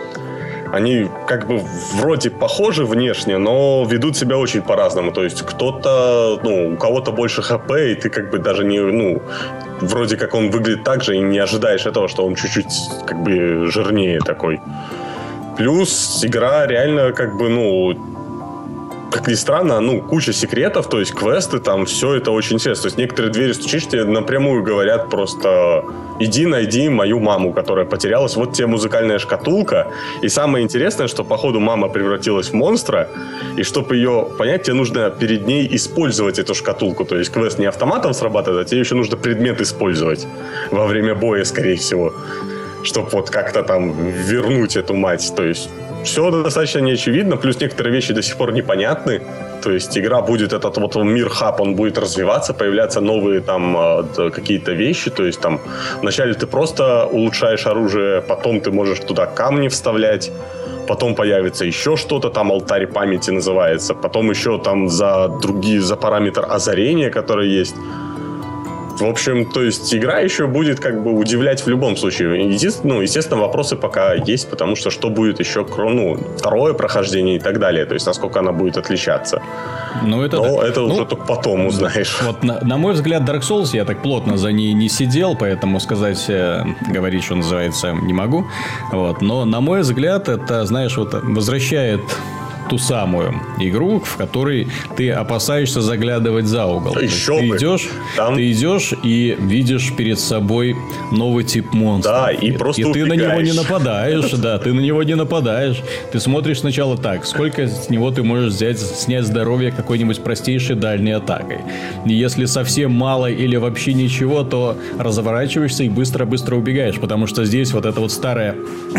они как бы вроде похожи внешне, но ведут себя очень по-разному. То есть кто-то, ну, у кого-то больше хп, и ты как бы даже не, ну, вроде как он выглядит так же, и не ожидаешь этого, что он чуть-чуть как бы жирнее такой. Плюс игра реально как бы, ну, как ни странно, ну, куча секретов, то есть квесты, там все это очень интересно. То есть некоторые двери стучишь, тебе напрямую говорят просто: иди найди мою маму, которая потерялась, вот тебе музыкальная шкатулка. И самое интересное, что походу мама превратилась в монстра, и чтобы ее понять, тебе нужно перед ней использовать эту шкатулку. То есть квест не автоматом срабатывает, а тебе еще нужно предмет использовать во время боя, скорее всего, чтобы вот как-то там вернуть эту мать. То есть все достаточно неочевидно, плюс некоторые вещи до сих пор непонятны. То есть игра будет, этот вот мир-хаб, он будет развиваться, появляться новые там какие-то вещи. То есть там вначале ты просто улучшаешь оружие, потом ты можешь туда камни вставлять, потом появится еще что-то, там алтарь памяти называется, потом еще там за другие, за параметр озарения, который есть. В общем, то есть игра еще будет как бы удивлять в любом случае. Единственное, ну, естественно, вопросы пока есть, потому что что будет еще, ну, второе прохождение и так далее. То есть насколько она будет отличаться. Ну, это, Но это ну, уже только потом узнаешь. Вот на, на мой взгляд, Dark Souls, я так плотно за ней не сидел, поэтому сказать, э, говорить, что называется, не могу. Вот. Но на мой взгляд, это, знаешь, вот возвращает ту самую игру, в которой ты опасаешься заглядывать за угол. Еще ты бы. идешь, Там... ты идешь и видишь перед собой новый тип монстра. Да, и, и просто И ты убегаешь. на него не нападаешь, да, ты на него не нападаешь. Ты смотришь сначала так, сколько с него ты можешь взять, снять здоровье какой-нибудь простейшей дальней атакой. И если совсем мало или вообще ничего, то разворачиваешься и быстро-быстро убегаешь, потому что здесь вот эта вот старая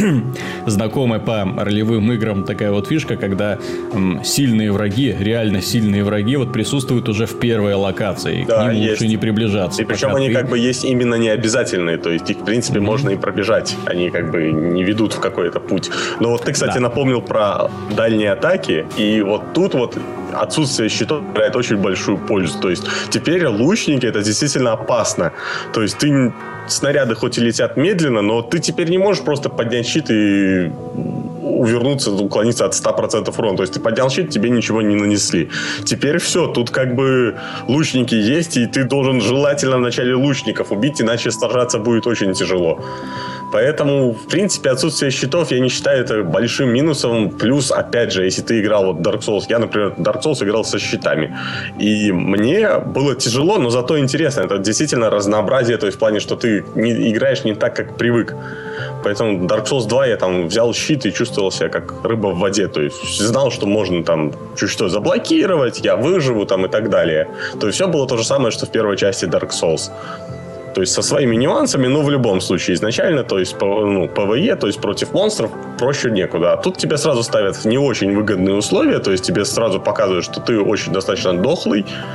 знакомая по ролевым играм такая вот фишка, когда сильные враги, реально сильные враги вот присутствуют уже в первой локации. Да, к ним есть. лучше не приближаться. И причем они ты... как бы есть именно не обязательные. То есть их, в принципе, mm-hmm. можно и пробежать. Они как бы не ведут в какой-то путь. Но вот ты, кстати, да. напомнил про дальние атаки. И вот тут вот отсутствие щитов играет очень большую пользу. То есть теперь лучники — это действительно опасно. То есть ты... Снаряды хоть и летят медленно, но ты теперь не можешь просто поднять щит и увернуться, уклониться от ста процентов урона. То есть ты поднял щит, тебе ничего не нанесли. Теперь все, тут как бы лучники есть, и ты должен желательно вначале лучников убить, иначе сражаться будет очень тяжело. Поэтому, в принципе, отсутствие щитов я не считаю это большим минусом. Плюс, опять же, если ты играл вот Dark Souls, я, например, Dark Souls играл со щитами. И мне было тяжело, но зато интересно. Это действительно разнообразие, то есть в плане, что ты не, играешь не так, как привык. Поэтому Dark Souls два я там взял щит и чувствовал себя как рыба в воде. То есть знал, что можно там чуть что заблокировать, я выживу там и так далее. То есть все было то же самое, что в первой части Dark Souls. То есть со своими нюансами, но в любом случае изначально, то есть ну, ПВЕ, то есть против монстров проще некуда. А тут тебя сразу ставят в не очень выгодные условия, то есть тебе сразу показывают, что ты очень достаточно дохлый,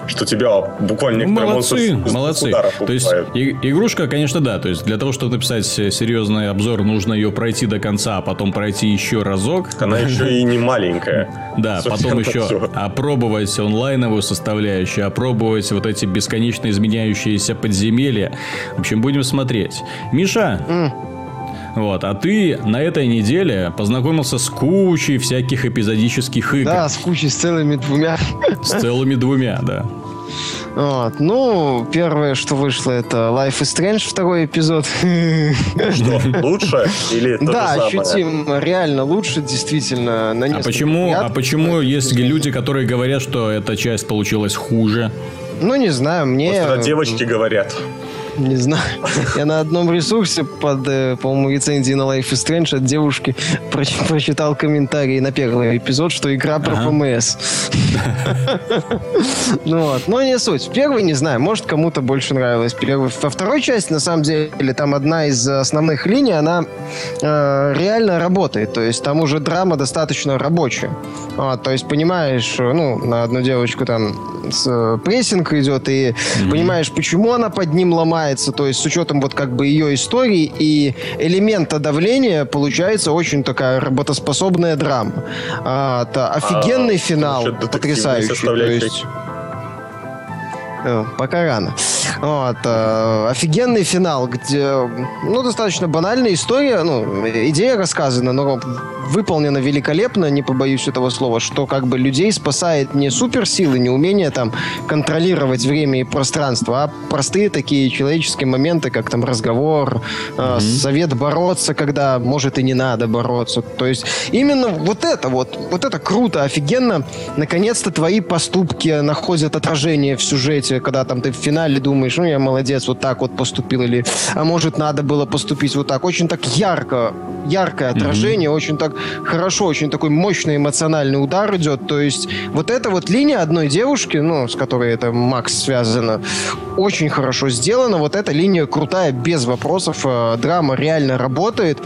что тебя буквально некоторые молодцы, монстры молодцы. То есть и, игрушка, конечно, да. То есть для того, чтобы написать серьезный обзор, нужно ее пройти до конца, а потом пройти еще разок. Она еще и не маленькая. Да, потом еще опробовать онлайновую составляющую, опробовать вот эти бесконечно изменяющиеся подземелья. В общем, будем смотреть. Миша, mm. вот, а ты на этой неделе познакомился с кучей всяких эпизодических игр. Да, с кучей, с целыми двумя. С целыми двумя, да. Вот. Ну, первое, что вышло, это Life is Strange, второй эпизод. Что, лучше или то да, же самое? ощутимо, реально лучше, действительно. На а почему, а почему есть люди, которые говорят, что эта часть получилась хуже? Ну, не знаю, мне... Просто девочки говорят. Не знаю. Я на одном ресурсе под, по-моему, рецензией на Life is Strange от девушки прочитал комментарий на первый эпизод, что игра про ПМС. Ну вот. Но не суть. Первый, не знаю, может, кому-то больше нравилось. Первый. Во второй части, на самом деле, там одна из основных линий, она э, реально работает. То есть там уже драма достаточно рабочая. Вот, то есть, понимаешь, ну, на одну девочку там с, прессинг идет, и mm-hmm. понимаешь, почему она под ним ломается. То есть, с учетом вот как бы ее истории и элемента давления, получается очень такая работоспособная драма. А, это офигенный а, финал, потрясающий. То есть... Пока рано. Вот, э, офигенный финал, где, ну, достаточно банальная история, ну, идея рассказана, но выполнена великолепно, не побоюсь этого слова, что как бы людей спасает не суперсилы, не умение там контролировать время и пространство, а простые такие человеческие моменты, как там разговор, э, mm-hmm. совет бороться, когда, может, и не надо бороться. То есть именно вот это вот, вот это круто, офигенно. Наконец-то твои поступки находят отражение в сюжете, когда там ты в финале думаешь, ну, я молодец, вот так вот поступил, или, а может, надо было поступить вот так. Очень так ярко, яркое отражение, mm-hmm. очень так хорошо, очень такой мощный эмоциональный удар идет. То есть вот эта вот линия одной девушки, ну, с которой это Макс связано, очень хорошо сделана. Вот эта линия крутая, без вопросов. Драма реально работает.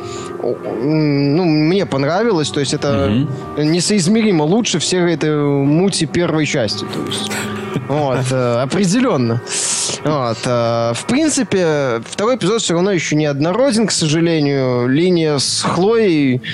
Ну, мне понравилось. То есть это mm-hmm. несоизмеримо лучше всей этой мути первой части. То есть... Вот, определенно. Вот, в принципе, второй эпизод все равно еще не однороден, к сожалению. Линия с Хлоей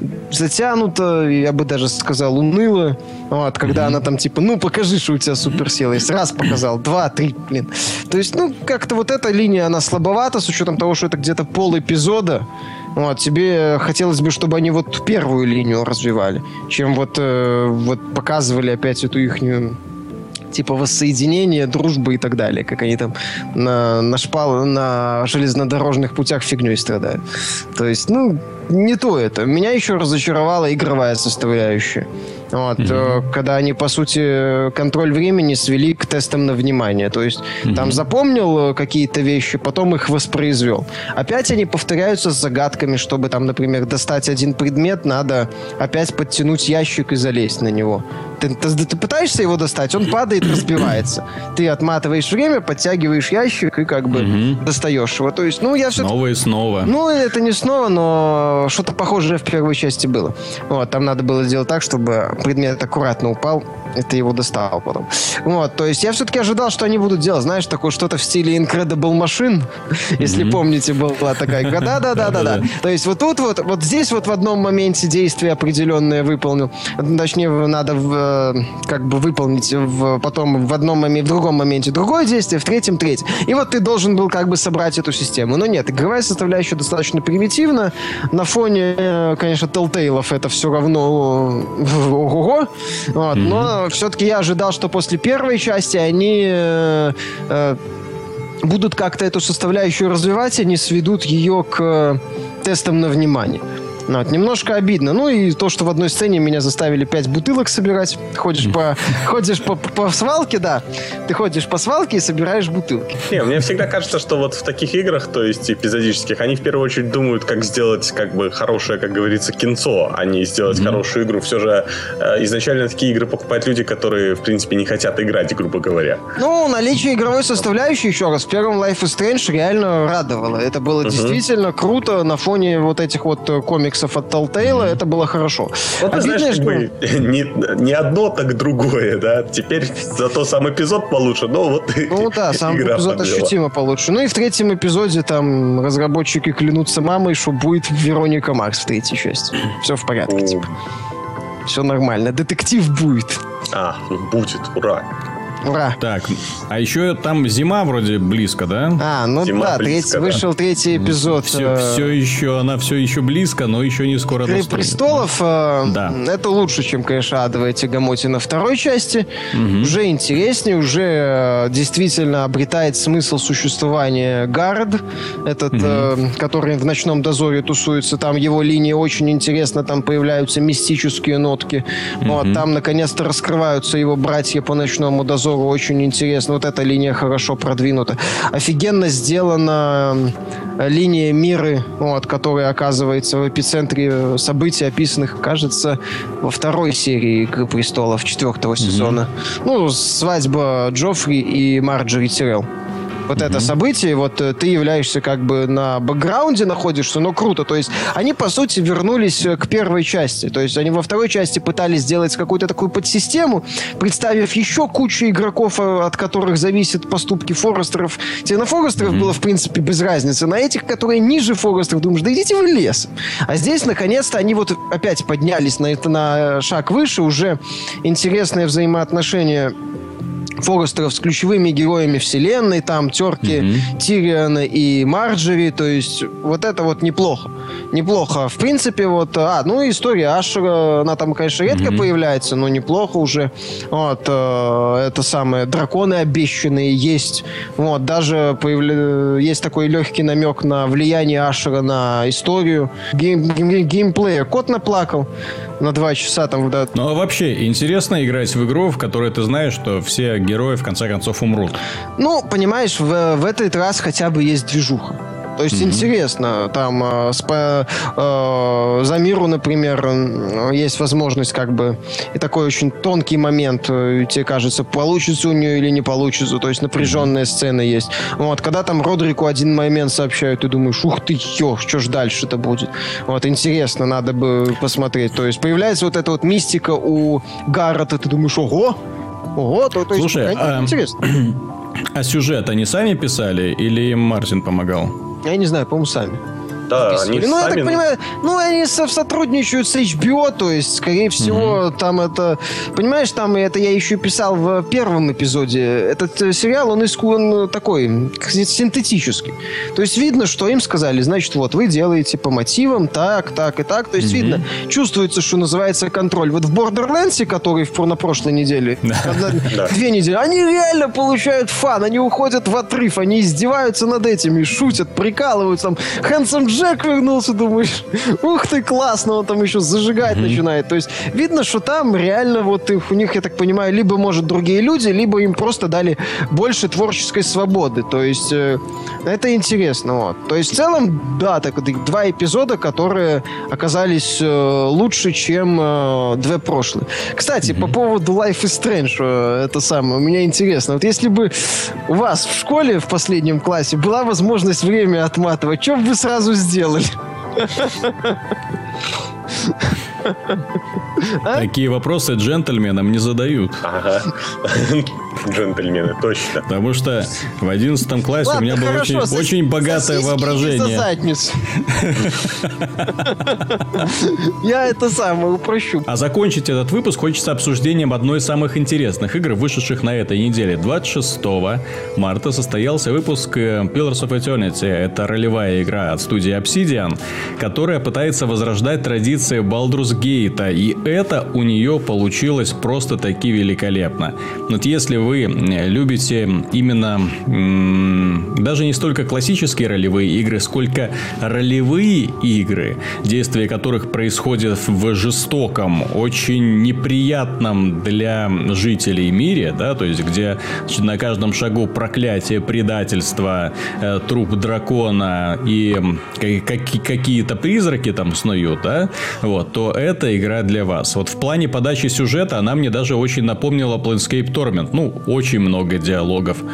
затянута, я бы даже сказал, уныла. Вот, когда mm-hmm. она там типа, ну, покажи, что у тебя суперсила есть. Раз показал, два, три, блин. То есть, ну, как-то вот эта линия, она слабовата, с учетом того, что это где-то пол эпизода. Вот, тебе хотелось бы, чтобы они вот первую линию развивали, чем вот, э, вот показывали опять эту ихнюю типа воссоединение, дружбы и так далее, как они там на, на шпал, на железнодорожных путях фигней страдают. То есть, ну, не то это. Меня еще разочаровала игровая составляющая. Вот, mm-hmm. когда они, по сути, контроль времени свели к тестам на внимание. То есть, mm-hmm. там запомнил какие-то вещи, потом их воспроизвел. Опять они повторяются с загадками, чтобы там, например, достать один предмет, надо опять подтянуть ящик и залезть на него. Ты, ты, ты пытаешься его достать, он падает, разбивается. Ты отматываешь время, подтягиваешь ящик и как бы mm-hmm. достаешь его. То есть, ну, я все-таки... Снова и снова. Ну, это не снова, но что-то похожее в первой части было. Вот, там надо было сделать так, чтобы предмет аккуратно упал, и ты его достал потом. Вот, то есть я все-таки ожидал, что они будут делать, знаешь, такое что-то в стиле Incredible Machine, mm-hmm. если помните, была такая игра. Да-да-да-да-да. То есть вот тут вот, вот здесь вот в одном моменте действие определенное выполнил. Точнее, надо в, как бы выполнить в, потом в одном моменте, в другом моменте другое действие, в третьем третье. И вот ты должен был как бы собрать эту систему. Но нет, игровая составляющая достаточно примитивна. На фоне, конечно, Telltale'ов это все равно ого-го. Вот. Mm-hmm. Но все-таки я ожидал, что после первой части они э, э, будут как-то эту составляющую развивать, они сведут ее к тестам на внимание. Вот, немножко обидно. Ну и то, что в одной сцене меня заставили пять бутылок собирать. Ходишь по, ходишь по, по свалке, да. Ты ходишь по свалке и собираешь бутылки. Не, мне всегда кажется, что вот в таких играх, то есть эпизодических, они в первую очередь думают, как сделать как бы хорошее, как говорится, кинцо, а не сделать mm-hmm. хорошую игру. Все же э, изначально такие игры покупают люди, которые, в принципе, не хотят играть, грубо говоря. Ну, наличие игровой составляющей, еще раз, в первом Life is Strange реально радовало. Это было mm-hmm. действительно круто на фоне вот этих вот комиксов комиксов от Telltale, mm-hmm. это было хорошо. Вот ты знаешь, как бы не, не одно, так другое, да. Теперь зато сам эпизод получше, но вот ну да, сам эпизод подвела. Ощутимо получше. Ну и в третьем эпизоде там разработчики клянутся мамой, что будет Вероника Марс в третьей части. Все в порядке, mm. типа. Все нормально. Детектив будет. А, будет, ура. Ура. Так, а еще там зима вроде близко, да? А, ну зима да, близко, третий, да, вышел третий эпизод. Все, все еще, она все еще близко, но еще не скоро «Игры престолов» э, да. это лучше, чем, конечно, адовая тягомотина второй части. Угу. Уже интереснее, уже э, действительно обретает смысл существования Гаррет, этот, угу. э, который в «Ночном дозоре» тусуется. Там его линия очень интересна, там появляются мистические нотки. Угу. Вот, там, наконец-то, раскрываются его братья по «Ночному дозору». Очень интересно. Вот эта линия хорошо продвинута. Офигенно сделана линия Миры, вот, которая оказывается в эпицентре событий, описанных, кажется, во второй серии «Игры престолов» четвертого mm-hmm. сезона. Ну, свадьба Джоффри и Марджори Тирелл. Вот mm-hmm. это событие, вот ты являешься как бы на бэкграунде находишься, но круто. То есть они, по сути, вернулись к первой части. То есть они во второй части пытались сделать какую-то такую подсистему, представив еще кучу игроков, от которых зависят поступки Форестеров. Тебе на Форестеров mm-hmm. было, в принципе, без разницы. На этих, которые ниже Форестеров, думаешь, да идите в лес. А здесь, наконец-то, они вот опять поднялись на, на шаг выше. Уже интересные взаимоотношения Форестеров с ключевыми героями вселенной, там терки mm-hmm. Тириона и Марджори, то есть вот это вот неплохо. Неплохо. В принципе, вот, а, ну, история Ашера, она там, конечно, редко mm-hmm. появляется, но неплохо уже. Вот, э, это самое, драконы обещанные есть. Вот, даже появля... есть такой легкий намек на влияние Ашера на историю. Гейм... Гейм... Геймплея. Кот наплакал на два часа там. Да. Ну, а вообще, интересно играть в игру, в которой ты знаешь, что все герои в конце концов умрут. Ну, понимаешь, в, в этот раз хотя бы есть движуха. То есть mm-hmm. интересно, там э, спа, э, за миру, например, есть возможность как бы и такой очень тонкий момент, э, тебе кажется, получится у нее или не получится, то есть напряженная mm-hmm. сцена есть. Вот, когда там Родрику один момент сообщают, ты думаешь, ух ты, ё, что ж дальше-то будет? Вот, интересно, надо бы посмотреть. То есть появляется вот эта вот мистика у Гаррета, ты думаешь, ого, ого, то, то есть слушай, а, интересно. А сюжет они сами писали или им Мартин помогал? Я не знаю, по-моему, сами. Да, они ну, сами... я так понимаю, ну, они сотрудничают с эйч би о, то есть, скорее всего, mm-hmm. там это... Понимаешь, там это я еще писал в первом эпизоде. Этот сериал, он, иску, он такой, синтетический. То есть, видно, что им сказали, значит, вот, вы делаете по мотивам так, так и так. То есть, mm-hmm. видно, чувствуется, что называется контроль. Вот в Borderlands, который в, на прошлой неделе, две недели, они реально получают фан, они уходят в отрыв, они издеваются над этими, шутят, прикалываются, там, Handsome Джек вернулся, думаешь, ух ты, классно, он там еще зажигать mm-hmm. начинает. То есть видно, что там реально вот их, у них, я так понимаю, либо, может, другие люди, либо им просто дали больше творческой свободы. То есть э, это интересно. Вот. То есть в целом, да, так, два эпизода, которые оказались э, лучше, чем э, две прошлые. Кстати, mm-hmm. по поводу Life is Strange, э, это самое, у меня интересно. Вот если бы у вас в школе в последнем классе была возможность время отматывать, что бы вы сразу сделали? сделали. Такие вопросы джентльменам не задают. Ага. Джентльмены, точно. Потому что в одиннадцатом классе Ладно, у меня было хорошо, очень, сос- очень богатое воображение. Я это самое упрощу. А закончить этот выпуск хочется обсуждением одной из самых интересных игр, вышедших на этой неделе. двадцать шестого марта состоялся выпуск Pillars of Eternity. Это ролевая игра от студии Obsidian, которая пытается возрождать традиции Baldur's Gate. И это у нее получилось просто-таки великолепно. Вот если вы любите именно м- даже не столько классические ролевые игры, сколько ролевые игры, действие которых происходит в жестоком, очень неприятном для жителей мире, да, то есть где на каждом шагу проклятие, предательство, э, труп дракона и э, как- какие-то призраки там снуют, да, вот, то эта игра для вас. Вот в плане подачи сюжета она мне даже очень напомнила Planescape Torment. Ну, очень много диалогов,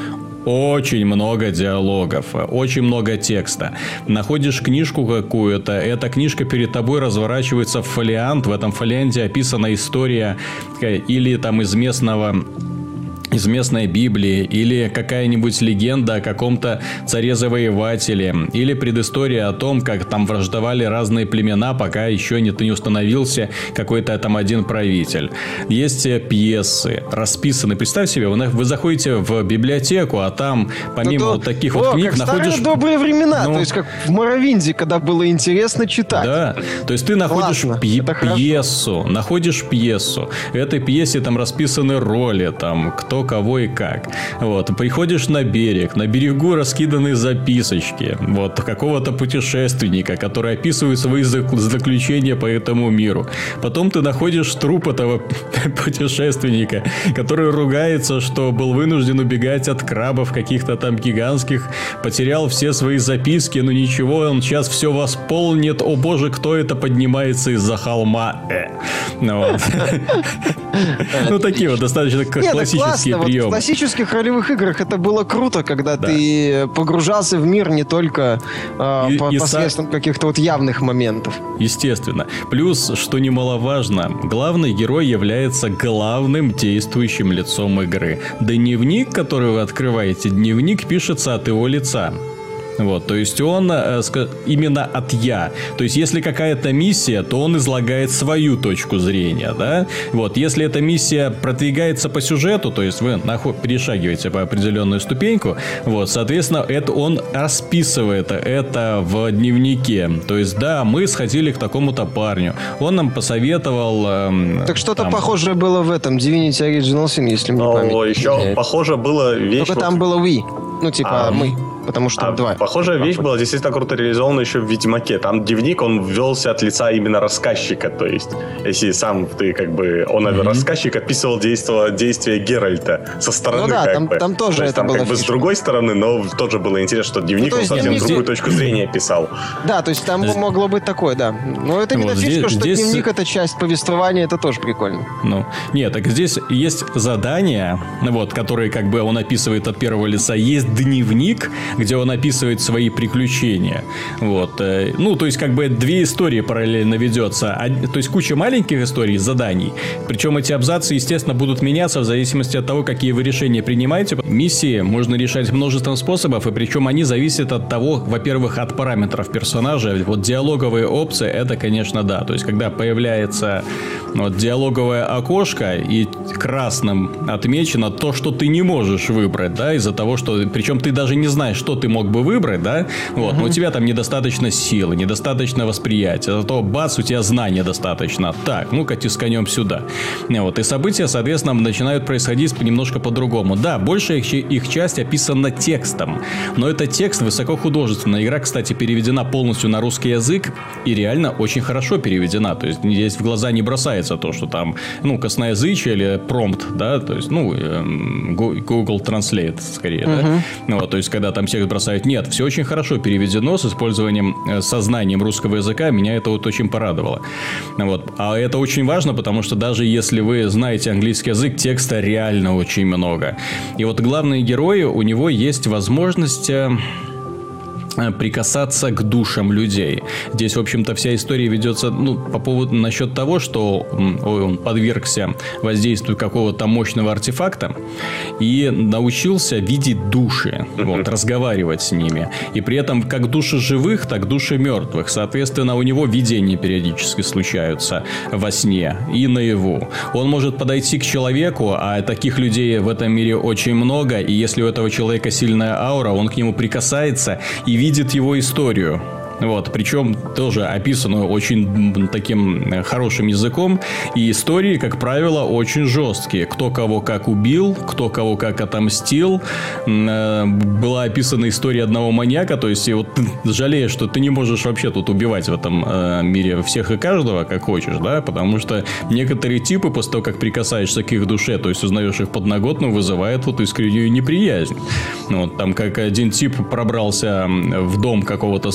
очень много диалогов, очень много текста. Находишь книжку какую-то, эта книжка перед тобой разворачивается в фолиант, в этом фолианте описана история или там из местного... из местной Библии, или какая-нибудь легенда о каком-то царе-завоевателе, или предыстория о том, как там враждовали разные племена, пока еще не, не установился какой-то там один правитель. Есть пьесы, расписаны. Представь себе, вы, вы заходите в библиотеку, а там, помимо да, вот таких о, вот книг, как находишь... старые добрые времена, ну, то есть как в Моровинде, когда было интересно читать. Да, то есть ты находишь пье- пьесу, находишь пьесу. В этой пьесе там расписаны роли, там, кто кого и как. Вот. Приходишь на берег. На берегу раскиданы записочки. Вот. Какого-то путешественника, который описывает свои заключения по этому миру. Потом ты находишь труп этого путешественника, который ругается, что был вынужден убегать от крабов каких-то там гигантских, потерял все свои записки, но ничего, он сейчас все восполнит. О боже, кто это поднимается из-за холма? Ну, такие вот достаточно классические приемы. В классических ролевых играх это было круто, когда да. ты погружался в мир не только э, и, по, и посредством са... каких-то вот явных моментов. Естественно. Плюс, что немаловажно, главный герой является главным действующим лицом игры. Дневник, который вы открываете, дневник пишется от его лица. Вот, то есть он э, именно от «я». То есть если какая-то миссия, то он излагает свою точку зрения, да? Вот, если эта миссия продвигается по сюжету, то есть вы наход... перешагиваете по определенную ступеньку, вот, соответственно, это он расписывает это в дневнике. То есть, да, мы сходили к такому-то парню, он нам посоветовал... Э, так что-то там... похожее было в этом Divinity Original Sin, если мне память. О, еще Нет. похоже было вещь... Только вот... там было «we». Ну, типа, а, мы. Потому что а, два. Похожая вещь была действительно круто реализована еще в Ведьмаке. Там дневник, он ввелся от лица именно рассказчика. То есть, если сам ты как бы... Он, mm-hmm. рассказчик описывал действие, действия Геральта со стороны. Ну да, как там, бы. там тоже то есть, это там, было как бы с другой стороны, но тоже было интересно, что дневник, ну, он совсем дневник... другую точку зрения писал. Да, то есть там могло быть такое, да. Но это не вот, фишка, что здесь... дневник — это часть повествования, это тоже прикольно. Ну, нет, так здесь есть задания, вот, которые как бы он описывает от первого лица. Есть дневник, где он описывает свои приключения. Вот. Ну, то есть, как бы две истории параллельно ведется. То есть, куча маленьких историй, заданий. Причем эти абзацы, естественно, будут меняться в зависимости от того, какие вы решения принимаете. Миссии можно решать множеством способов, и причем они зависят от того, во-первых, от параметров персонажа. Вот диалоговые опции, это, конечно, да. То есть, когда появляется вот, диалоговое окошко, и красным отмечено то, что ты не можешь выбрать, да, из-за того, что... Причем ты даже не знаешь, что ты мог бы выбрать, да, вот, uh-huh. но у тебя там недостаточно силы, недостаточно восприятия, зато бац, у тебя знаний достаточно. Так, ну-ка тисканем сюда. Вот, и события, соответственно, начинают происходить немножко по-другому. Да, большая их, их часть описана текстом, но это текст высокохудожественный. Игра, кстати, переведена полностью на русский язык и реально очень хорошо переведена. То есть здесь в глаза не бросается то, что там, ну, косноязычие или промпт, да, то есть, ну, Google Translate, скорее, uh-huh. да. Вот, то есть, когда там текст бросают, нет, все очень хорошо переведено с использованием, сознанием русского языка, меня это вот очень порадовало. Вот. А это очень важно, потому что даже если вы знаете английский язык, текста реально очень много. И вот главные герои, у него есть возможность... прикасаться к душам людей. Здесь, в общем-то, вся история ведется, ну, по поводу, насчет того, что он подвергся воздействию какого-то мощного артефакта и научился видеть души, вот, разговаривать с ними. И при этом как души живых, так души мертвых. Соответственно, у него видения периодически случаются во сне и наяву. Он может подойти к человеку, а таких людей в этом мире очень много, и если у этого человека сильная аура, он к нему прикасается и видит его историю. Вот, причем тоже описано очень таким хорошим языком. И истории, как правило, очень жесткие. Кто кого как убил, кто кого как отомстил. Была описана история одного маньяка. То есть, и вот ты жалеешь, что ты не можешь вообще тут убивать в этом мире всех и каждого, как хочешь, да? Потому что некоторые типы, после того, как прикасаешься к их душе, то есть узнаешь их подноготную, вызывает вот искреннюю неприязнь. Вот, там как один тип пробрался в дом какого-то своего врага,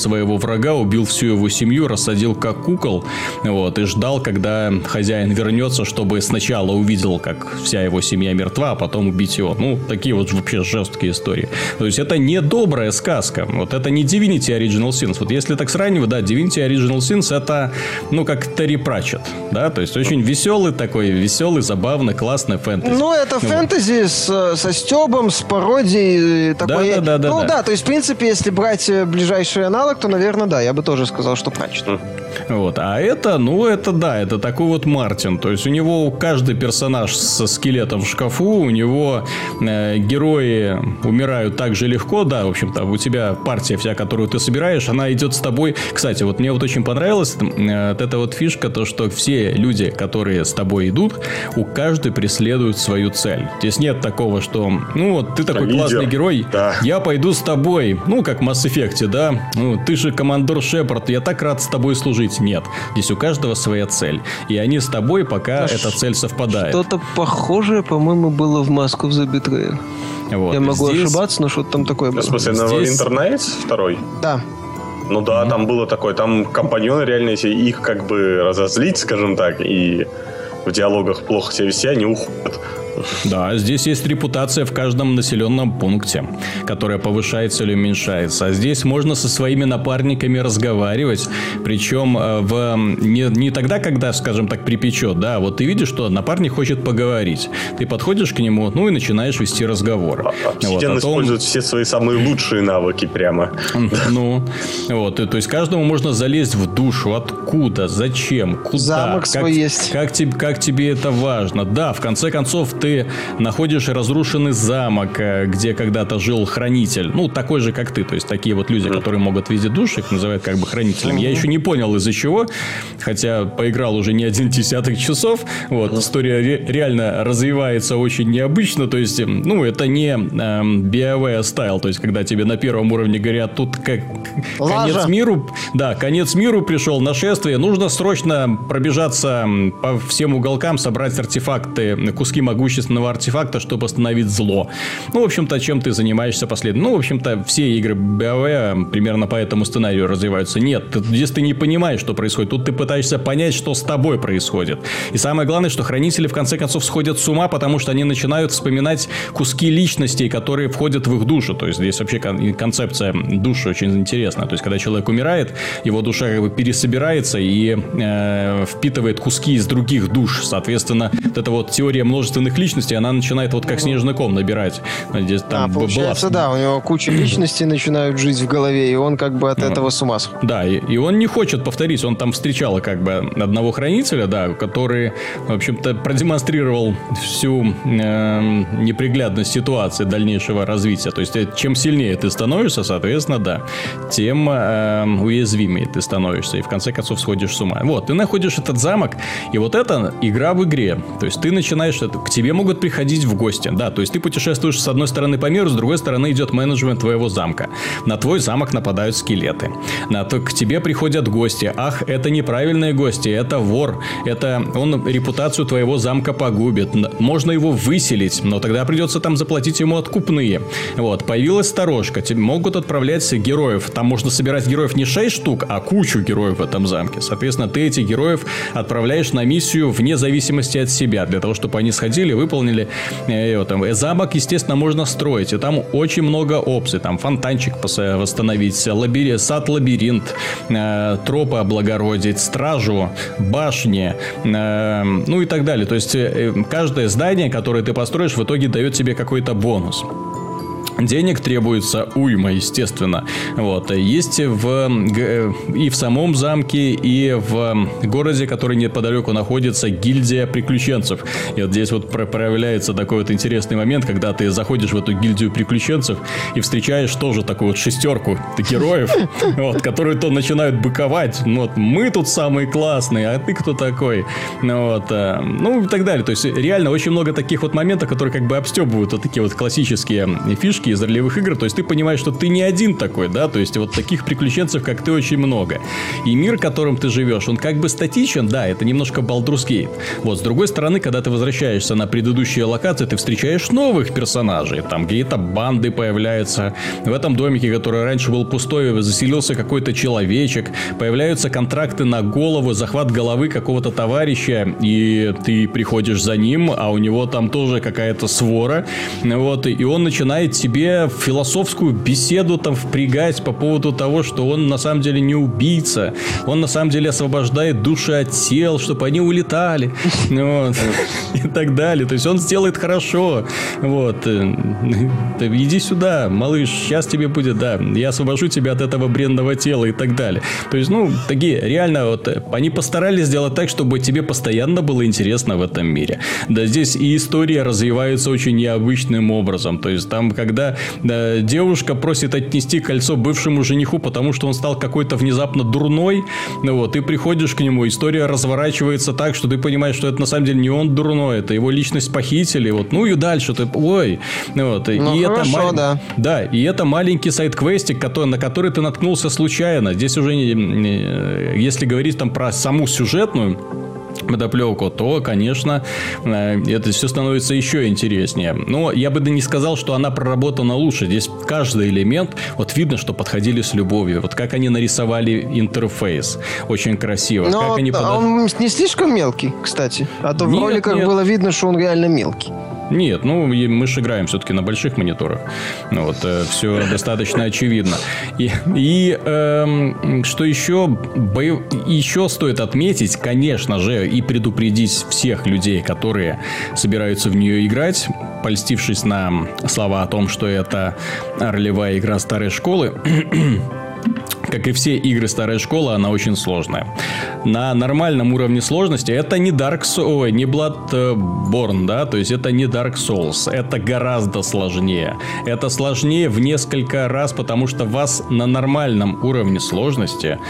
врага, убил всю его семью, рассадил как кукол, вот, и ждал, когда хозяин вернется, чтобы сначала увидел, как вся его семья мертва, а потом убить его. Ну, такие вот вообще жесткие истории. То есть, это не добрая сказка. Вот это не Divinity Original Sins. Вот если так сравнивать, да, Divinity Original Sins это, ну, как Терри Пратчетт, да, то есть, очень веселый такой, веселый, забавный, классный фэнтези. Ну, это фэнтези вот. с, со стёбом, с пародией. Такой... Да, да, да, ну, да, да. да, то есть, в принципе, если брать ближайший аналог, то, наверное, да, я бы тоже сказал, что Пратчетт. Вот, а это, ну, это да, это такой вот Мартин. То есть, у него каждый персонаж со скелетом в шкафу, у него э, герои умирают так же легко, да, в общем-то, у тебя партия вся, которую ты собираешь, она идет с тобой. Кстати, вот мне вот очень понравилась э, вот эта вот фишка, то, что все люди, которые с тобой идут, у каждой преследуют свою цель. Здесь нет такого, что, ну, вот ты такой Лидер. классный герой, да. Я пойду с тобой, ну, как в Mass Effect, да, ну, ты же командор Шепард, я так рад с тобой служить. Нет, здесь у каждого своя цель, и они с тобой, пока да эта цель совпадает. Что-то похожее, по-моему, было в Mask of the Betrayer. Вот. Я могу здесь... ошибаться, но что-то там такое было. В смысле, на здесь... интернет второй? Да. Ну да, mm-hmm. там было такое, там компаньоны реально, если их как бы разозлить, скажем так, и в диалогах плохо себя вести, они уходят. Да, здесь есть репутация в каждом населенном пункте, которая повышается или уменьшается. А здесь можно со своими напарниками разговаривать, причем в... не, не тогда, когда, скажем так, припечет, да, вот ты видишь, что напарник хочет поговорить. Ты подходишь к нему, ну и начинаешь вести разговор. Обсидиан вот, том... использует все свои самые лучшие навыки прямо. Ну, вот, и, то есть каждому можно залезть в душу, откуда, зачем, куда. Замок как, свой есть. Как, как, как тебе это важно. Да, в конце концов, ты Ты находишь разрушенный замок, где когда-то жил хранитель. Ну, такой же, как ты. То есть, такие вот люди, которые могут видеть души, их называют как бы хранителями. Я еще не понял, из-за чего. Хотя поиграл уже не один десяток часов. Вот. История ре- реально развивается очень необычно. То есть, ну, это не эм, BioWare стайл. То есть, когда тебе на первом уровне говорят, тут как конец миру. Да, конец миру пришел, нашествие. Нужно срочно пробежаться по всем уголкам, собрать артефакты, куски могущества артефакта, чтобы остановить зло. Ну, в общем-то, чем ты занимаешься последним? Ну, в общем-то, все игры BioWare примерно по этому сценарию развиваются. Нет, здесь ты не понимаешь, что происходит. Тут ты пытаешься понять, что с тобой происходит. И самое главное, что хранители в конце концов сходят с ума, потому что они начинают вспоминать куски личностей, которые входят в их душу. То есть, здесь вообще концепция души очень интересная. То есть, когда человек умирает, его душа как бы пересобирается и э, впитывает куски из других душ. Соответственно, вот эта вот теория множественных личностей, она начинает вот как снежный ком набирать. Здесь, там, а, получается, была... да, у него куча личностей начинают жить в голове, и он как бы от ну, этого с ума сходит. Да, и, и он не хочет повторить, он там встречал как бы одного хранителя, да, который, в общем-то, продемонстрировал всю э, неприглядность ситуации дальнейшего развития. То есть, чем сильнее ты становишься, соответственно, да, тем э, уязвимее ты становишься, и в конце концов сходишь с ума. Вот, ты находишь этот замок, и вот это игра в игре. То есть, ты начинаешь, к тебе могут приходить в гости. Да, то есть ты путешествуешь с одной стороны по миру, с другой стороны идет менеджмент твоего замка. На твой замок нападают скелеты. На то, к тебе приходят гости. Ах, это неправильные гости, это вор. Это он репутацию твоего замка погубит. Можно его выселить, но тогда придется там заплатить ему откупные. Вот, появилась сторожка. Тебе могут отправлять героев. Там можно собирать героев не шесть штук, а кучу героев в этом замке. Соответственно, ты этих героев отправляешь на миссию вне зависимости от себя, для того, чтобы они сходили, выполнили. И, вот, там, замок, естественно, можно строить. И там очень много опций. Там фонтанчик восстановить, лабиринт, сад-лабиринт, э, тропы облагородить, стражу, башни, э, ну и так далее. То есть, э, каждое здание, которое ты построишь, в итоге дает тебе какой-то бонус. Денег требуется уйма, естественно. Вот. Есть в, и в самом замке, и в городе, который неподалеку находится, гильдия приключенцев. И вот здесь вот проявляется такой вот интересный момент, когда ты заходишь в эту гильдию приключенцев и встречаешь тоже такую вот шестерку героев, вот, которые то начинают быковать. Вот, мы тут самые классные, а ты кто такой? Вот, ну и так далее. То есть реально очень много таких вот моментов, которые как бы обстебывают вот такие вот классические фишки фишки из ролевых игр, то есть ты понимаешь, что ты не один такой, да, то есть вот таких приключенцев, как ты, очень много. И мир, в котором ты живешь, он как бы статичен, да, это немножко Baldur's Gate. Вот, с другой стороны, когда ты возвращаешься на предыдущие локации, ты встречаешь новых персонажей, там какие-то банды появляются, в этом домике, который раньше был пустой, заселился какой-то человечек, появляются контракты на голову, захват головы какого-то товарища, и ты приходишь за ним, а у него там тоже какая-то свора, вот, и он начинает тебе философскую беседу там впрягать по поводу того, что он на самом деле не убийца, он на самом деле освобождает души от тел, чтобы они улетали, вот, и так далее. То есть он сделает хорошо, вот, иди сюда, малыш, сейчас тебе будет, да, я освобожу тебя от этого бренного тела и так далее. То есть, ну, такие, реально, вот, они постарались сделать так, чтобы тебе постоянно было интересно в этом мире. Да, здесь и история развивается очень необычным образом. То есть, там, когда да, девушка просит отнести кольцо бывшему жениху, потому что он стал какой-то внезапно дурной, вот, ты приходишь к нему, история разворачивается так, что ты понимаешь, что это на самом деле не он дурной, это его личность похитили, вот, ну и дальше ты, ой, вот, ну, и хорошо, это, да. Да, и это маленький сайд-квестик, который, на который ты наткнулся случайно. Здесь уже, если говорить там про саму сюжетную подоплеку, то, конечно, это все становится еще интереснее. Но я бы не сказал, что она проработана лучше. Здесь каждый элемент, вот видно, что подходили с любовью. Вот как они нарисовали интерфейс. Очень красиво. Но как они а подо... он не слишком мелкий, кстати? А то нет, в роликах нет. было видно, что он реально мелкий. Нет, ну, мы же играем все-таки на больших мониторах. Ну, вот, э, все достаточно очевидно. И, и э, что еще? Боев... Еще стоит отметить, конечно же, и предупредить всех людей, которые собираются в нее играть, польстившись на слова о том, что это ролевая игра старой школы. Как и все игры старой школы, она очень сложная. На нормальном уровне сложности это не Dark Souls, ой, не Bloodborne, да, то есть это не Dark Souls, это гораздо сложнее. Это сложнее в несколько раз, потому что вас на нормальном уровне сложности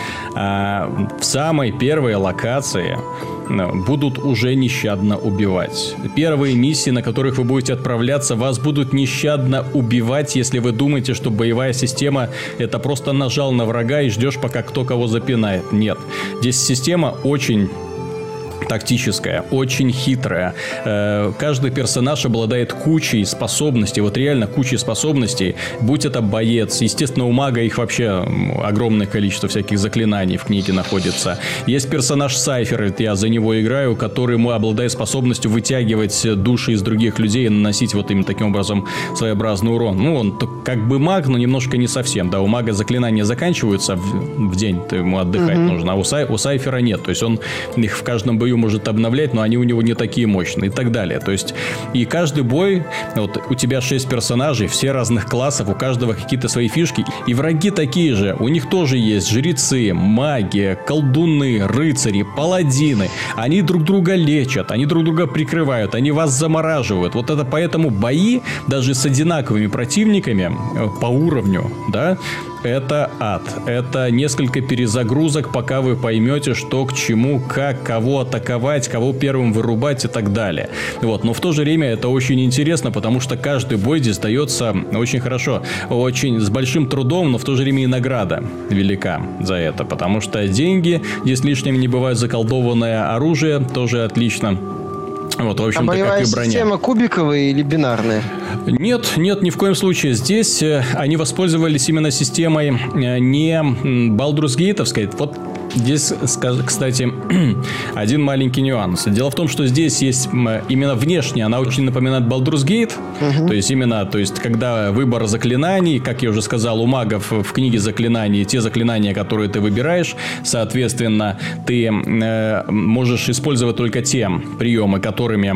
а, в самой первой локации будут уже нещадно убивать. Первые миссии, на которых вы будете отправляться, вас будут нещадно убивать, если вы думаете, что боевая система это просто нажал на врага и ждешь, пока кто кого запинает. Нет. Здесь система очень тактическая, очень хитрая. Каждый персонаж обладает кучей способностей, вот реально кучей способностей, будь это боец. Естественно, у мага их вообще огромное количество всяких заклинаний в книге находится. Есть персонаж Сайфер, я за него играю, который обладает способностью вытягивать души из других людей и наносить вот им таким образом своеобразный урон. Ну, он как бы маг, но немножко не совсем. Да, у мага заклинания заканчиваются в, в день, то ему отдыхать mm-hmm. нужно, а у, Сай, у Сайфера нет. То есть он их в каждом бою может обновлять, но они у него не такие мощные и так далее. То есть и каждый бой, вот у тебя шесть персонажей, все разных классов, у каждого какие-то свои фишки. И враги такие же. У них тоже есть жрецы, маги, колдуны, рыцари, паладины. Они друг друга лечат, они друг друга прикрывают, они вас замораживают. Вот это поэтому бои даже с одинаковыми противниками по уровню, да, это ад. Это несколько перезагрузок, пока вы поймете, что к чему, как, кого атаковать, кого первым вырубать и так далее. Вот. Но в то же время это очень интересно, потому что каждый бой здесь дается очень хорошо, очень с большим трудом, но в то же время и награда велика за это. Потому что деньги здесь лишними не бывают, заколдованное оружие тоже отлично. Вот, в общем-то, а боевая как и броня. Система кубиковая или бинарная? Нет, нет, ни в коем случае. Здесь они воспользовались именно системой не Baldur's Gate'овской. Вот здесь, кстати, один маленький нюанс. Дело в том, что здесь есть именно внешне, она очень напоминает Baldur's Gate. Uh-huh. То есть именно, то есть когда выбор заклинаний, как я уже сказал, у магов в книге заклинаний, те заклинания, которые ты выбираешь, соответственно, ты э, можешь использовать только те приемы, которыми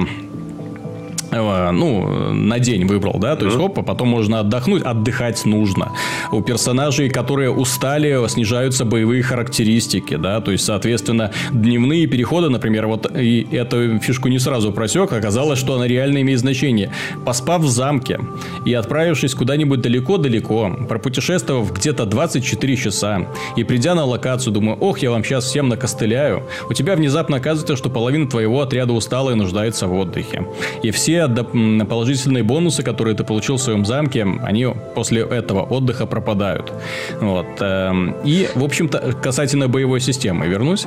ну, на день выбрал, да, то есть, опа, потом можно отдохнуть, отдыхать нужно. У персонажей, которые устали, снижаются боевые характеристики, да, то есть, соответственно, дневные переходы, например, вот и эту фишку не сразу просек, оказалось, что она реально имеет значение. Поспав в замке и отправившись куда-нибудь далеко-далеко, пропутешествовав где-то двадцать четыре часа и придя на локацию, думаю, ох, я вам сейчас всем накостыляю, у тебя внезапно оказывается, что половина твоего отряда устала и нуждается в отдыхе. И все все положительные бонусы, которые ты получил в своем замке, они после этого отдыха пропадают. Вот. И, в общем-то, касательно боевой системы вернусь.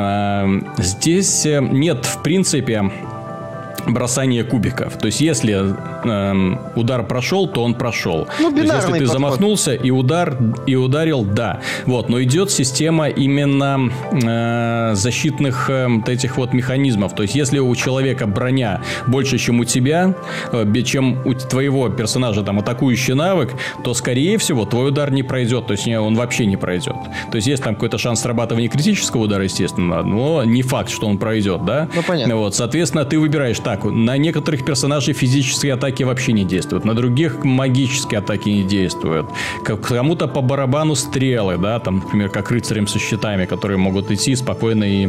Здесь нет, в принципе, бросание кубиков. То есть, если э, удар прошел, то он прошел. Ну, то есть, если ты подход. замахнулся и удар и ударил, да. Вот, но идет система именно э, защитных э, этих вот механизмов. То есть, если у человека броня больше, чем у тебя, э, чем у твоего персонажа там атакующий навык, то, скорее всего, твой удар не пройдет. То есть, он вообще не пройдет. То есть, есть там какой-то шанс срабатывания критического удара, естественно, но не факт, что он пройдет, да? Ну, понятно. Вот, соответственно, ты выбираешь так. На некоторых персонажей физические атаки вообще не действуют. На других магические атаки не действуют. Кому-то по барабану стрелы, да, там, например, как рыцарям со щитами, которые могут идти спокойно и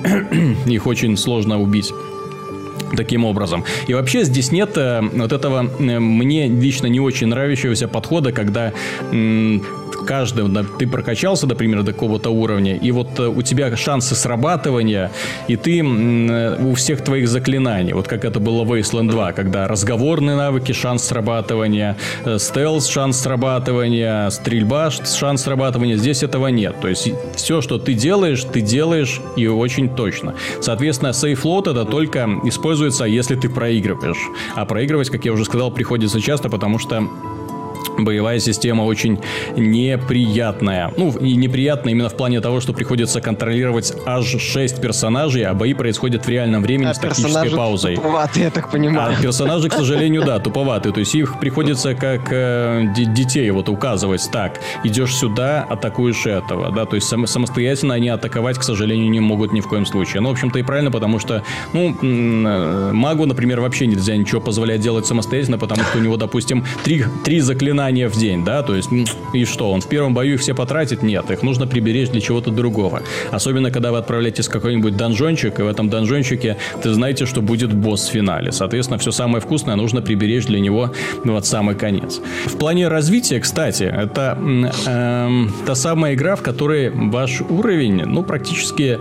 их очень сложно убить. Таким образом. И вообще здесь нет э, вот этого э, мне лично не очень нравящегося подхода, когда э, каждый, да, ты прокачался, например, до какого-то уровня, и вот э, у тебя шансы срабатывания, и ты э, у всех твоих заклинаний, вот как это было в Wasteland два, когда разговорные навыки, шанс срабатывания, э, стелс, шанс срабатывания, стрельба, шанс срабатывания, здесь этого нет. То есть все, что ты делаешь, ты делаешь и очень точно. Соответственно, сейфлот это только используется, если ты проигрываешь. А проигрывать, как я уже сказал, приходится часто, потому что боевая система очень неприятная. Ну, и неприятная именно в плане того, что приходится контролировать аж шесть персонажей, а бои происходят в реальном времени а с тактической паузой. Туповатые, я так понимаю. А персонажи, к сожалению, да, туповатые. То есть их приходится как э, детей вот указывать. Так, идешь сюда, атакуешь этого, да. То есть сам, самостоятельно они атаковать, к сожалению, не могут ни в коем случае. Ну, в общем-то, и правильно, потому что, ну, магу, например, вообще нельзя ничего позволять делать самостоятельно, потому что у него, допустим, три, три заклинания в день, да, то есть, и что, он в первом бою их все потратит? Нет, их нужно приберечь для чего-то другого. Особенно, когда вы отправляетесь в какой-нибудь донжончик, и в этом донжончике ты знаете, что будет босс в финале. Соответственно, все самое вкусное нужно приберечь для него вот самый конец. В плане развития, кстати, это э, та самая игра, в которой ваш уровень, ну, практически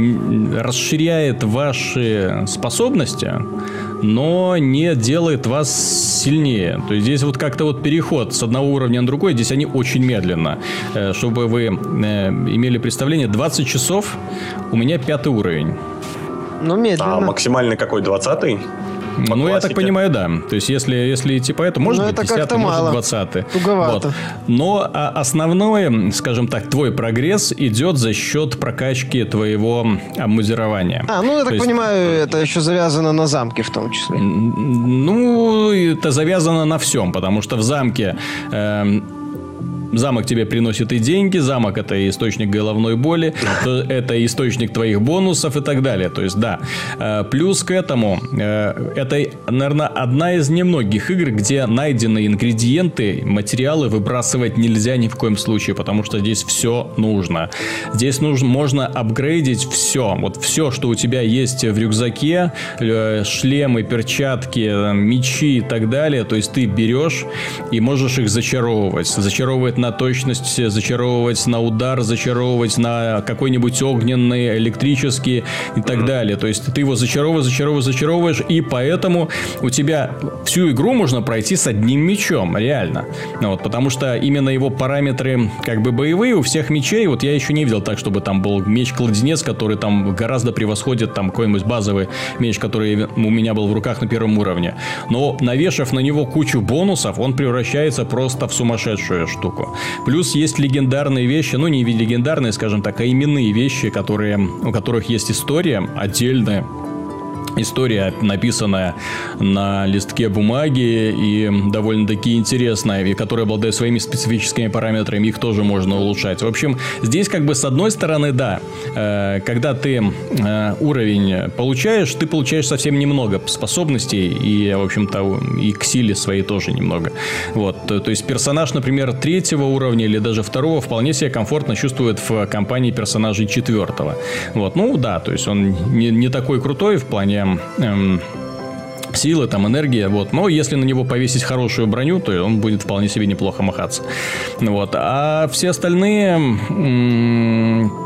расширяет ваши способности, но не делает вас сильнее. То есть здесь вот как-то вот переход с одного уровня на другой, здесь они очень медленно. Чтобы вы имели представление, двадцать часов у меня пятый уровень. Ну, медленно. А максимальный какой, двадцатый? По ну, классике. Я так понимаю, да. То есть, если, если идти по этому, может ну, быть, десятый, может, двадцатый. Туговато. Вот. Но а основное, скажем так, твой прогресс идет за счет прокачки твоего обмундирования. А, ну, я так То понимаю, есть... это еще завязано на замке в том числе. Ну, это завязано на всем, потому что в замке... Э, Замок тебе приносит и деньги, замок это и источник головной боли, это источник твоих бонусов и так далее. То есть, да. Плюс к этому, это, наверное, одна из немногих игр, где найденные ингредиенты, материалы выбрасывать нельзя ни в коем случае, потому что здесь все нужно. Здесь нужно, можно апгрейдить все. Вот все, что у тебя есть в рюкзаке, шлемы, перчатки, мечи и так далее. То есть, ты берешь и можешь их зачаровывать. Зачаровывать на точность, зачаровывать на удар, зачаровывать на какой-нибудь огненный, электрический и так далее. То есть ты его зачаровываешь, зачаровываешь, зачаровываешь, и поэтому у тебя всю игру можно пройти с одним мечом, реально. Вот, потому что именно его параметры как бы боевые у всех мечей, вот я еще не видел так, чтобы там был меч-кладенец, который там гораздо превосходит там какой-нибудь базовый меч, который у меня был в руках на первом уровне. Но навешав на него кучу бонусов, он превращается просто в сумасшедшую штуку. Плюс есть легендарные вещи, ну не легендарные, скажем так, а именные вещи, которые, у которых есть история отдельная. История, написанная на листке бумаги и довольно-таки интересная, и которая обладает своими специфическими параметрами, их тоже можно улучшать. В общем, здесь как бы с одной стороны, да, э, когда ты э, уровень получаешь, ты получаешь совсем немного способностей и, в общем-то, и к силе своей тоже немного. Вот, то, то есть персонаж, например, третьего уровня или даже второго вполне себя комфортно чувствует в компании персонажей четвертого. Вот, ну да, то есть он не, не такой крутой в плане Эм, силы, там, энергия, вот. Но если на него повесить хорошую броню, то он будет вполне себе неплохо махаться. Вот. А все остальные м-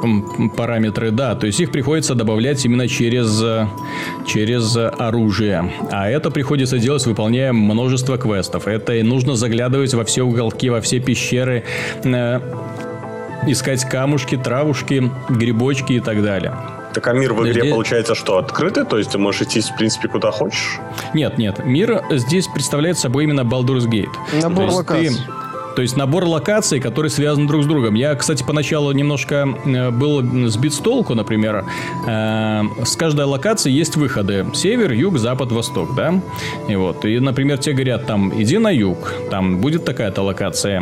параметры, да, то есть их приходится добавлять именно через, через оружие. А это приходится делать, выполняя множество квестов. Это и нужно заглядывать во все уголки, во все пещеры, э, искать камушки, травушки, грибочки и так далее. Так, а мир в игре, здесь... получается, что открытый? То есть ты можешь идти, в принципе, куда хочешь? Нет, нет. Мир здесь представляет собой именно Baldur's Gate. Набор локаций. Ты... То есть набор локаций, которые связаны друг с другом. Я, кстати, поначалу немножко был сбит с толку, например. Э, с каждой локации есть выходы. Север, юг, запад, восток, да? И вот. И, например, те говорят, там, иди на юг, там будет такая-то локация.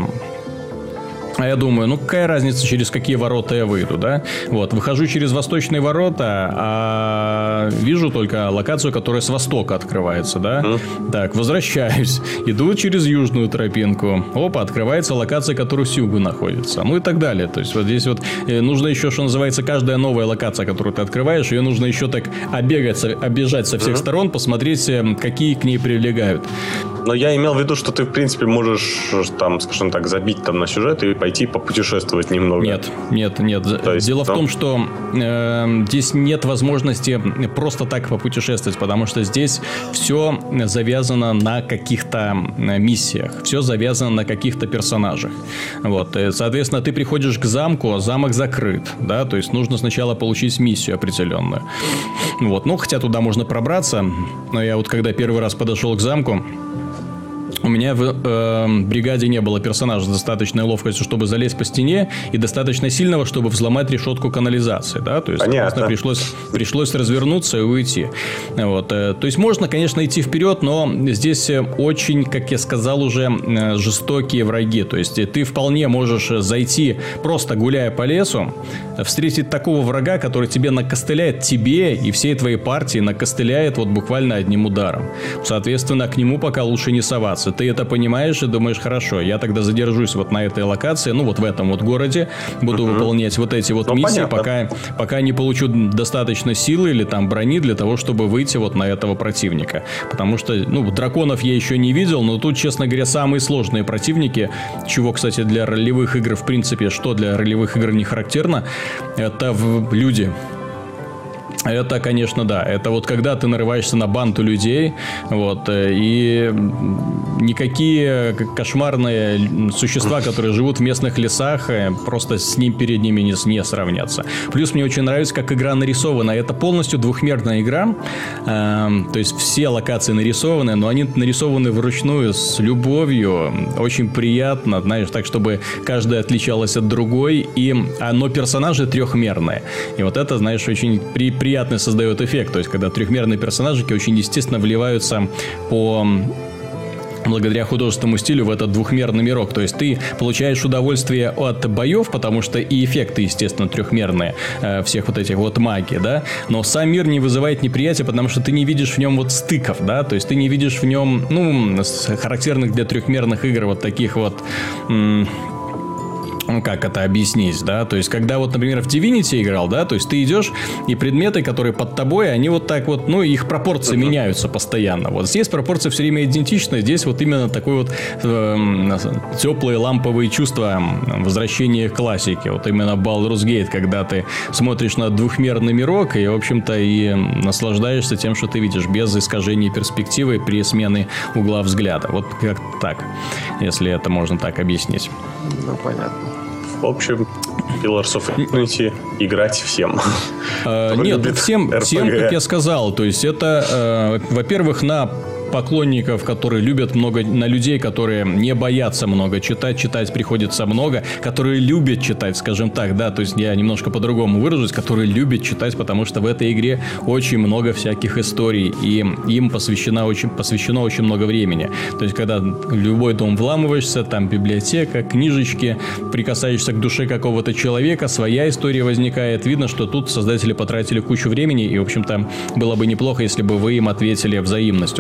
А я думаю, ну какая разница, через какие ворота я выйду, да? Вот, выхожу через восточные ворота, а вижу только локацию, которая с востока открывается, да? Mm. Так, возвращаюсь, иду через южную тропинку. Опа, открывается локация, которая с юга находится. Ну и так далее. То есть вот здесь вот нужно еще, что называется, каждая новая локация, которую ты открываешь, ее нужно еще так оббегать, оббежать со всех mm. сторон, посмотреть, какие к ней прилегают. Но я имел в виду, что ты, в принципе, можешь, там, скажем так, забить там на сюжет и пойти попутешествовать немного. Нет, нет, нет. Есть, Дело да? в том, что э, здесь нет возможности просто так попутешествовать, потому что здесь все завязано на каких-то миссиях, все завязано на каких-то персонажах. Вот. Соответственно, ты приходишь к замку, замок закрыт, да, то есть нужно сначала получить миссию определенную. Вот. Ну, хотя туда можно пробраться, но я вот когда первый раз подошел к замку, у меня в э, бригаде не было персонажа с достаточной ловкостью, чтобы залезть по стене, и достаточно сильного, чтобы взломать решетку канализации, да, то есть просто пришлось, пришлось развернуться и уйти. Вот. То есть можно, конечно, идти вперед, но здесь очень, как я сказал уже, жестокие враги. То есть ты вполне можешь зайти, просто гуляя по лесу, встретить такого врага, который тебе накостыляет, тебе и всей твоей партии накостыляет вот буквально одним ударом. Соответственно, к нему пока лучше не соваться. Ты это понимаешь и думаешь, хорошо, я тогда задержусь вот на этой локации, ну вот в этом вот городе, буду uh-huh. выполнять вот эти вот ну, миссии, пока, пока не получу достаточно силы или там брони для того, чтобы выйти вот на этого противника. Потому что, ну, драконов я еще не видел, но тут, честно говоря, самые сложные противники, чего, кстати, для ролевых игр, в принципе, что для ролевых игр не характерно, это в люди. Это, конечно, да. Это вот когда ты нарываешься на банду людей, вот, и никакие кошмарные существа, которые живут в местных лесах, просто с ним перед ними не, не сравнятся. Плюс мне очень нравится, как игра нарисована. Это полностью двухмерная игра. Э, то есть все локации нарисованы, но они нарисованы вручную с любовью. Очень приятно, знаешь, так, чтобы каждая отличалась от другой. И оно персонажи трехмерные. И вот это, знаешь, очень при, приятно создает эффект. То есть, когда трехмерные персонажики очень естественно вливаются по... благодаря художественному стилю в этот двухмерный мирок. То есть ты получаешь удовольствие от боев, потому что и эффекты, естественно, трехмерные, э, всех вот этих вот магий, да, но сам мир не вызывает неприятия, потому что ты не видишь в нем вот стыков, да, то есть ты не видишь в нем, ну, характерных для трехмерных игр вот таких вот... М- Ну, как это объяснить, да? То есть, когда вот, например, в Divinity играл, да, то есть ты идешь, и предметы, которые под тобой, они вот так вот, ну, их пропорции uh-huh. меняются постоянно. Вот здесь пропорции все время идентичны, здесь вот именно такое вот э, теплые ламповые чувства возвращения к классике. Вот именно Baldur's Gate, когда ты смотришь на двухмерный мирок и, в общем-то, и наслаждаешься тем, что ты видишь, без искажения перспективы при смене угла взгляда. Вот как так, если это можно так объяснить. Ну, понятно. В общем, Pillars of Eternity играть всем. А, нет, всем, всем, как я сказал. То есть это, э, во-первых, на поклонников, которые любят много, на людей, которые не боятся много читать, читать приходится много, которые любят читать, скажем так, да, то есть я немножко по-другому выражусь, которые любят читать, потому что в этой игре очень много всяких историй, и им посвящено очень, посвящено очень много времени. То есть, когда в любой дом вламываешься, там библиотека, книжечки, прикасаешься к душе какого-то человека, своя история возникает, видно, что тут создатели потратили кучу времени, и, в общем-то, было бы неплохо, если бы вы им ответили взаимностью, то есть, хотя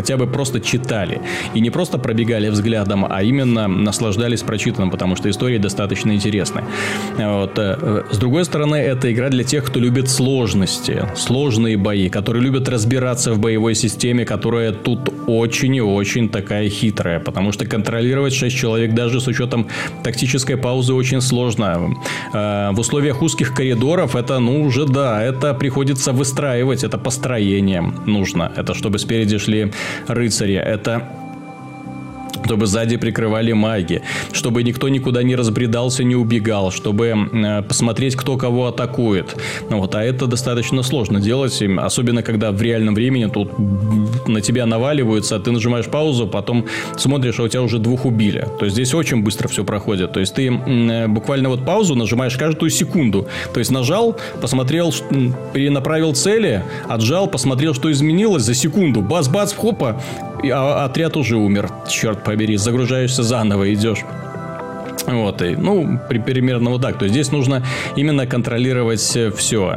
хотя бы просто читали. И не просто пробегали взглядом, а именно наслаждались прочитанным, потому что истории достаточно интересны. Вот. С другой стороны, это игра для тех, кто любит сложности, сложные бои, которые любят разбираться в боевой системе, которая тут очень и очень такая хитрая, потому что контролировать шесть человек даже с учетом тактической паузы очень сложно. В условиях узких коридоров это, ну, уже да, это приходится выстраивать, это построение нужно. Это чтобы спереди шли рыцари, это чтобы сзади прикрывали маги, чтобы никто никуда не разбредался, не убегал, чтобы э, посмотреть, кто кого атакует. Вот, а это достаточно сложно делать, особенно когда в реальном времени тут на тебя наваливаются, ты нажимаешь паузу, потом смотришь, а у тебя уже двух убили. То есть здесь очень быстро все проходит. То есть ты э, буквально вот паузу нажимаешь каждую секунду. То есть нажал, посмотрел, перенаправил цели, отжал, посмотрел, что изменилось за секунду. Бац-бац, хопа, а отряд уже умер. Черт побери, загружаешься заново, идешь. Вот, и, ну, при, примерно вот так. То есть здесь нужно именно контролировать все.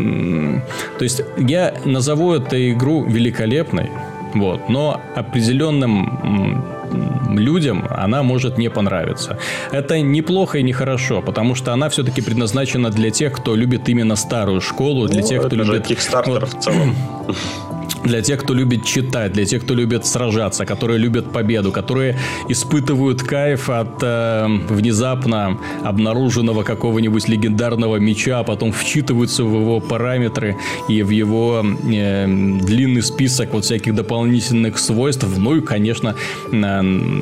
То есть я назову эту игру великолепной, вот, но определенным людям она может не понравиться. Это неплохо и не хорошо, потому что она все-таки предназначена для тех, кто любит именно старую школу, для ну, тех, кто любит... Kickstarter вот, в целом. Для тех, кто любит читать, для тех, кто любит сражаться, которые любят победу, которые испытывают кайф от э, внезапно обнаруженного какого-нибудь легендарного меча, а потом вчитываются в его параметры и в его э, длинный список вот всяких дополнительных свойств. Ну и, конечно, э,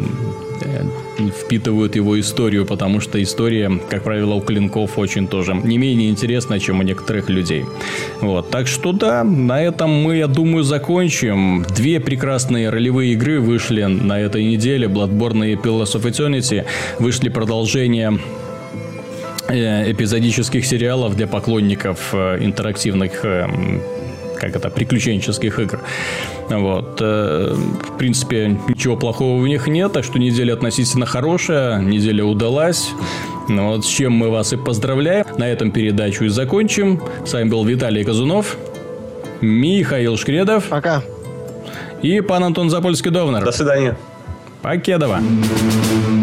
впитывают его историю, потому что история, как правило, у клинков очень тоже не менее интересная, чем у некоторых людей. Вот. Так что да, на этом мы, я думаю, закончим. Две прекрасные ролевые игры вышли на этой неделе. Bloodborne и Pillars of Eternity. Вышли продолжения эпизодических сериалов для поклонников интерактивных, как это, приключенческих игр. Вот. В принципе, ничего плохого в них нет, так что неделя относительно хорошая, неделя удалась. Вот, с чем мы вас и поздравляем. На этом передачу и закончим. С вами был Виталий Казунов, Михаил Шкредов. Пока. И пан Антон Запольский-Довнар. До свидания. Покедова.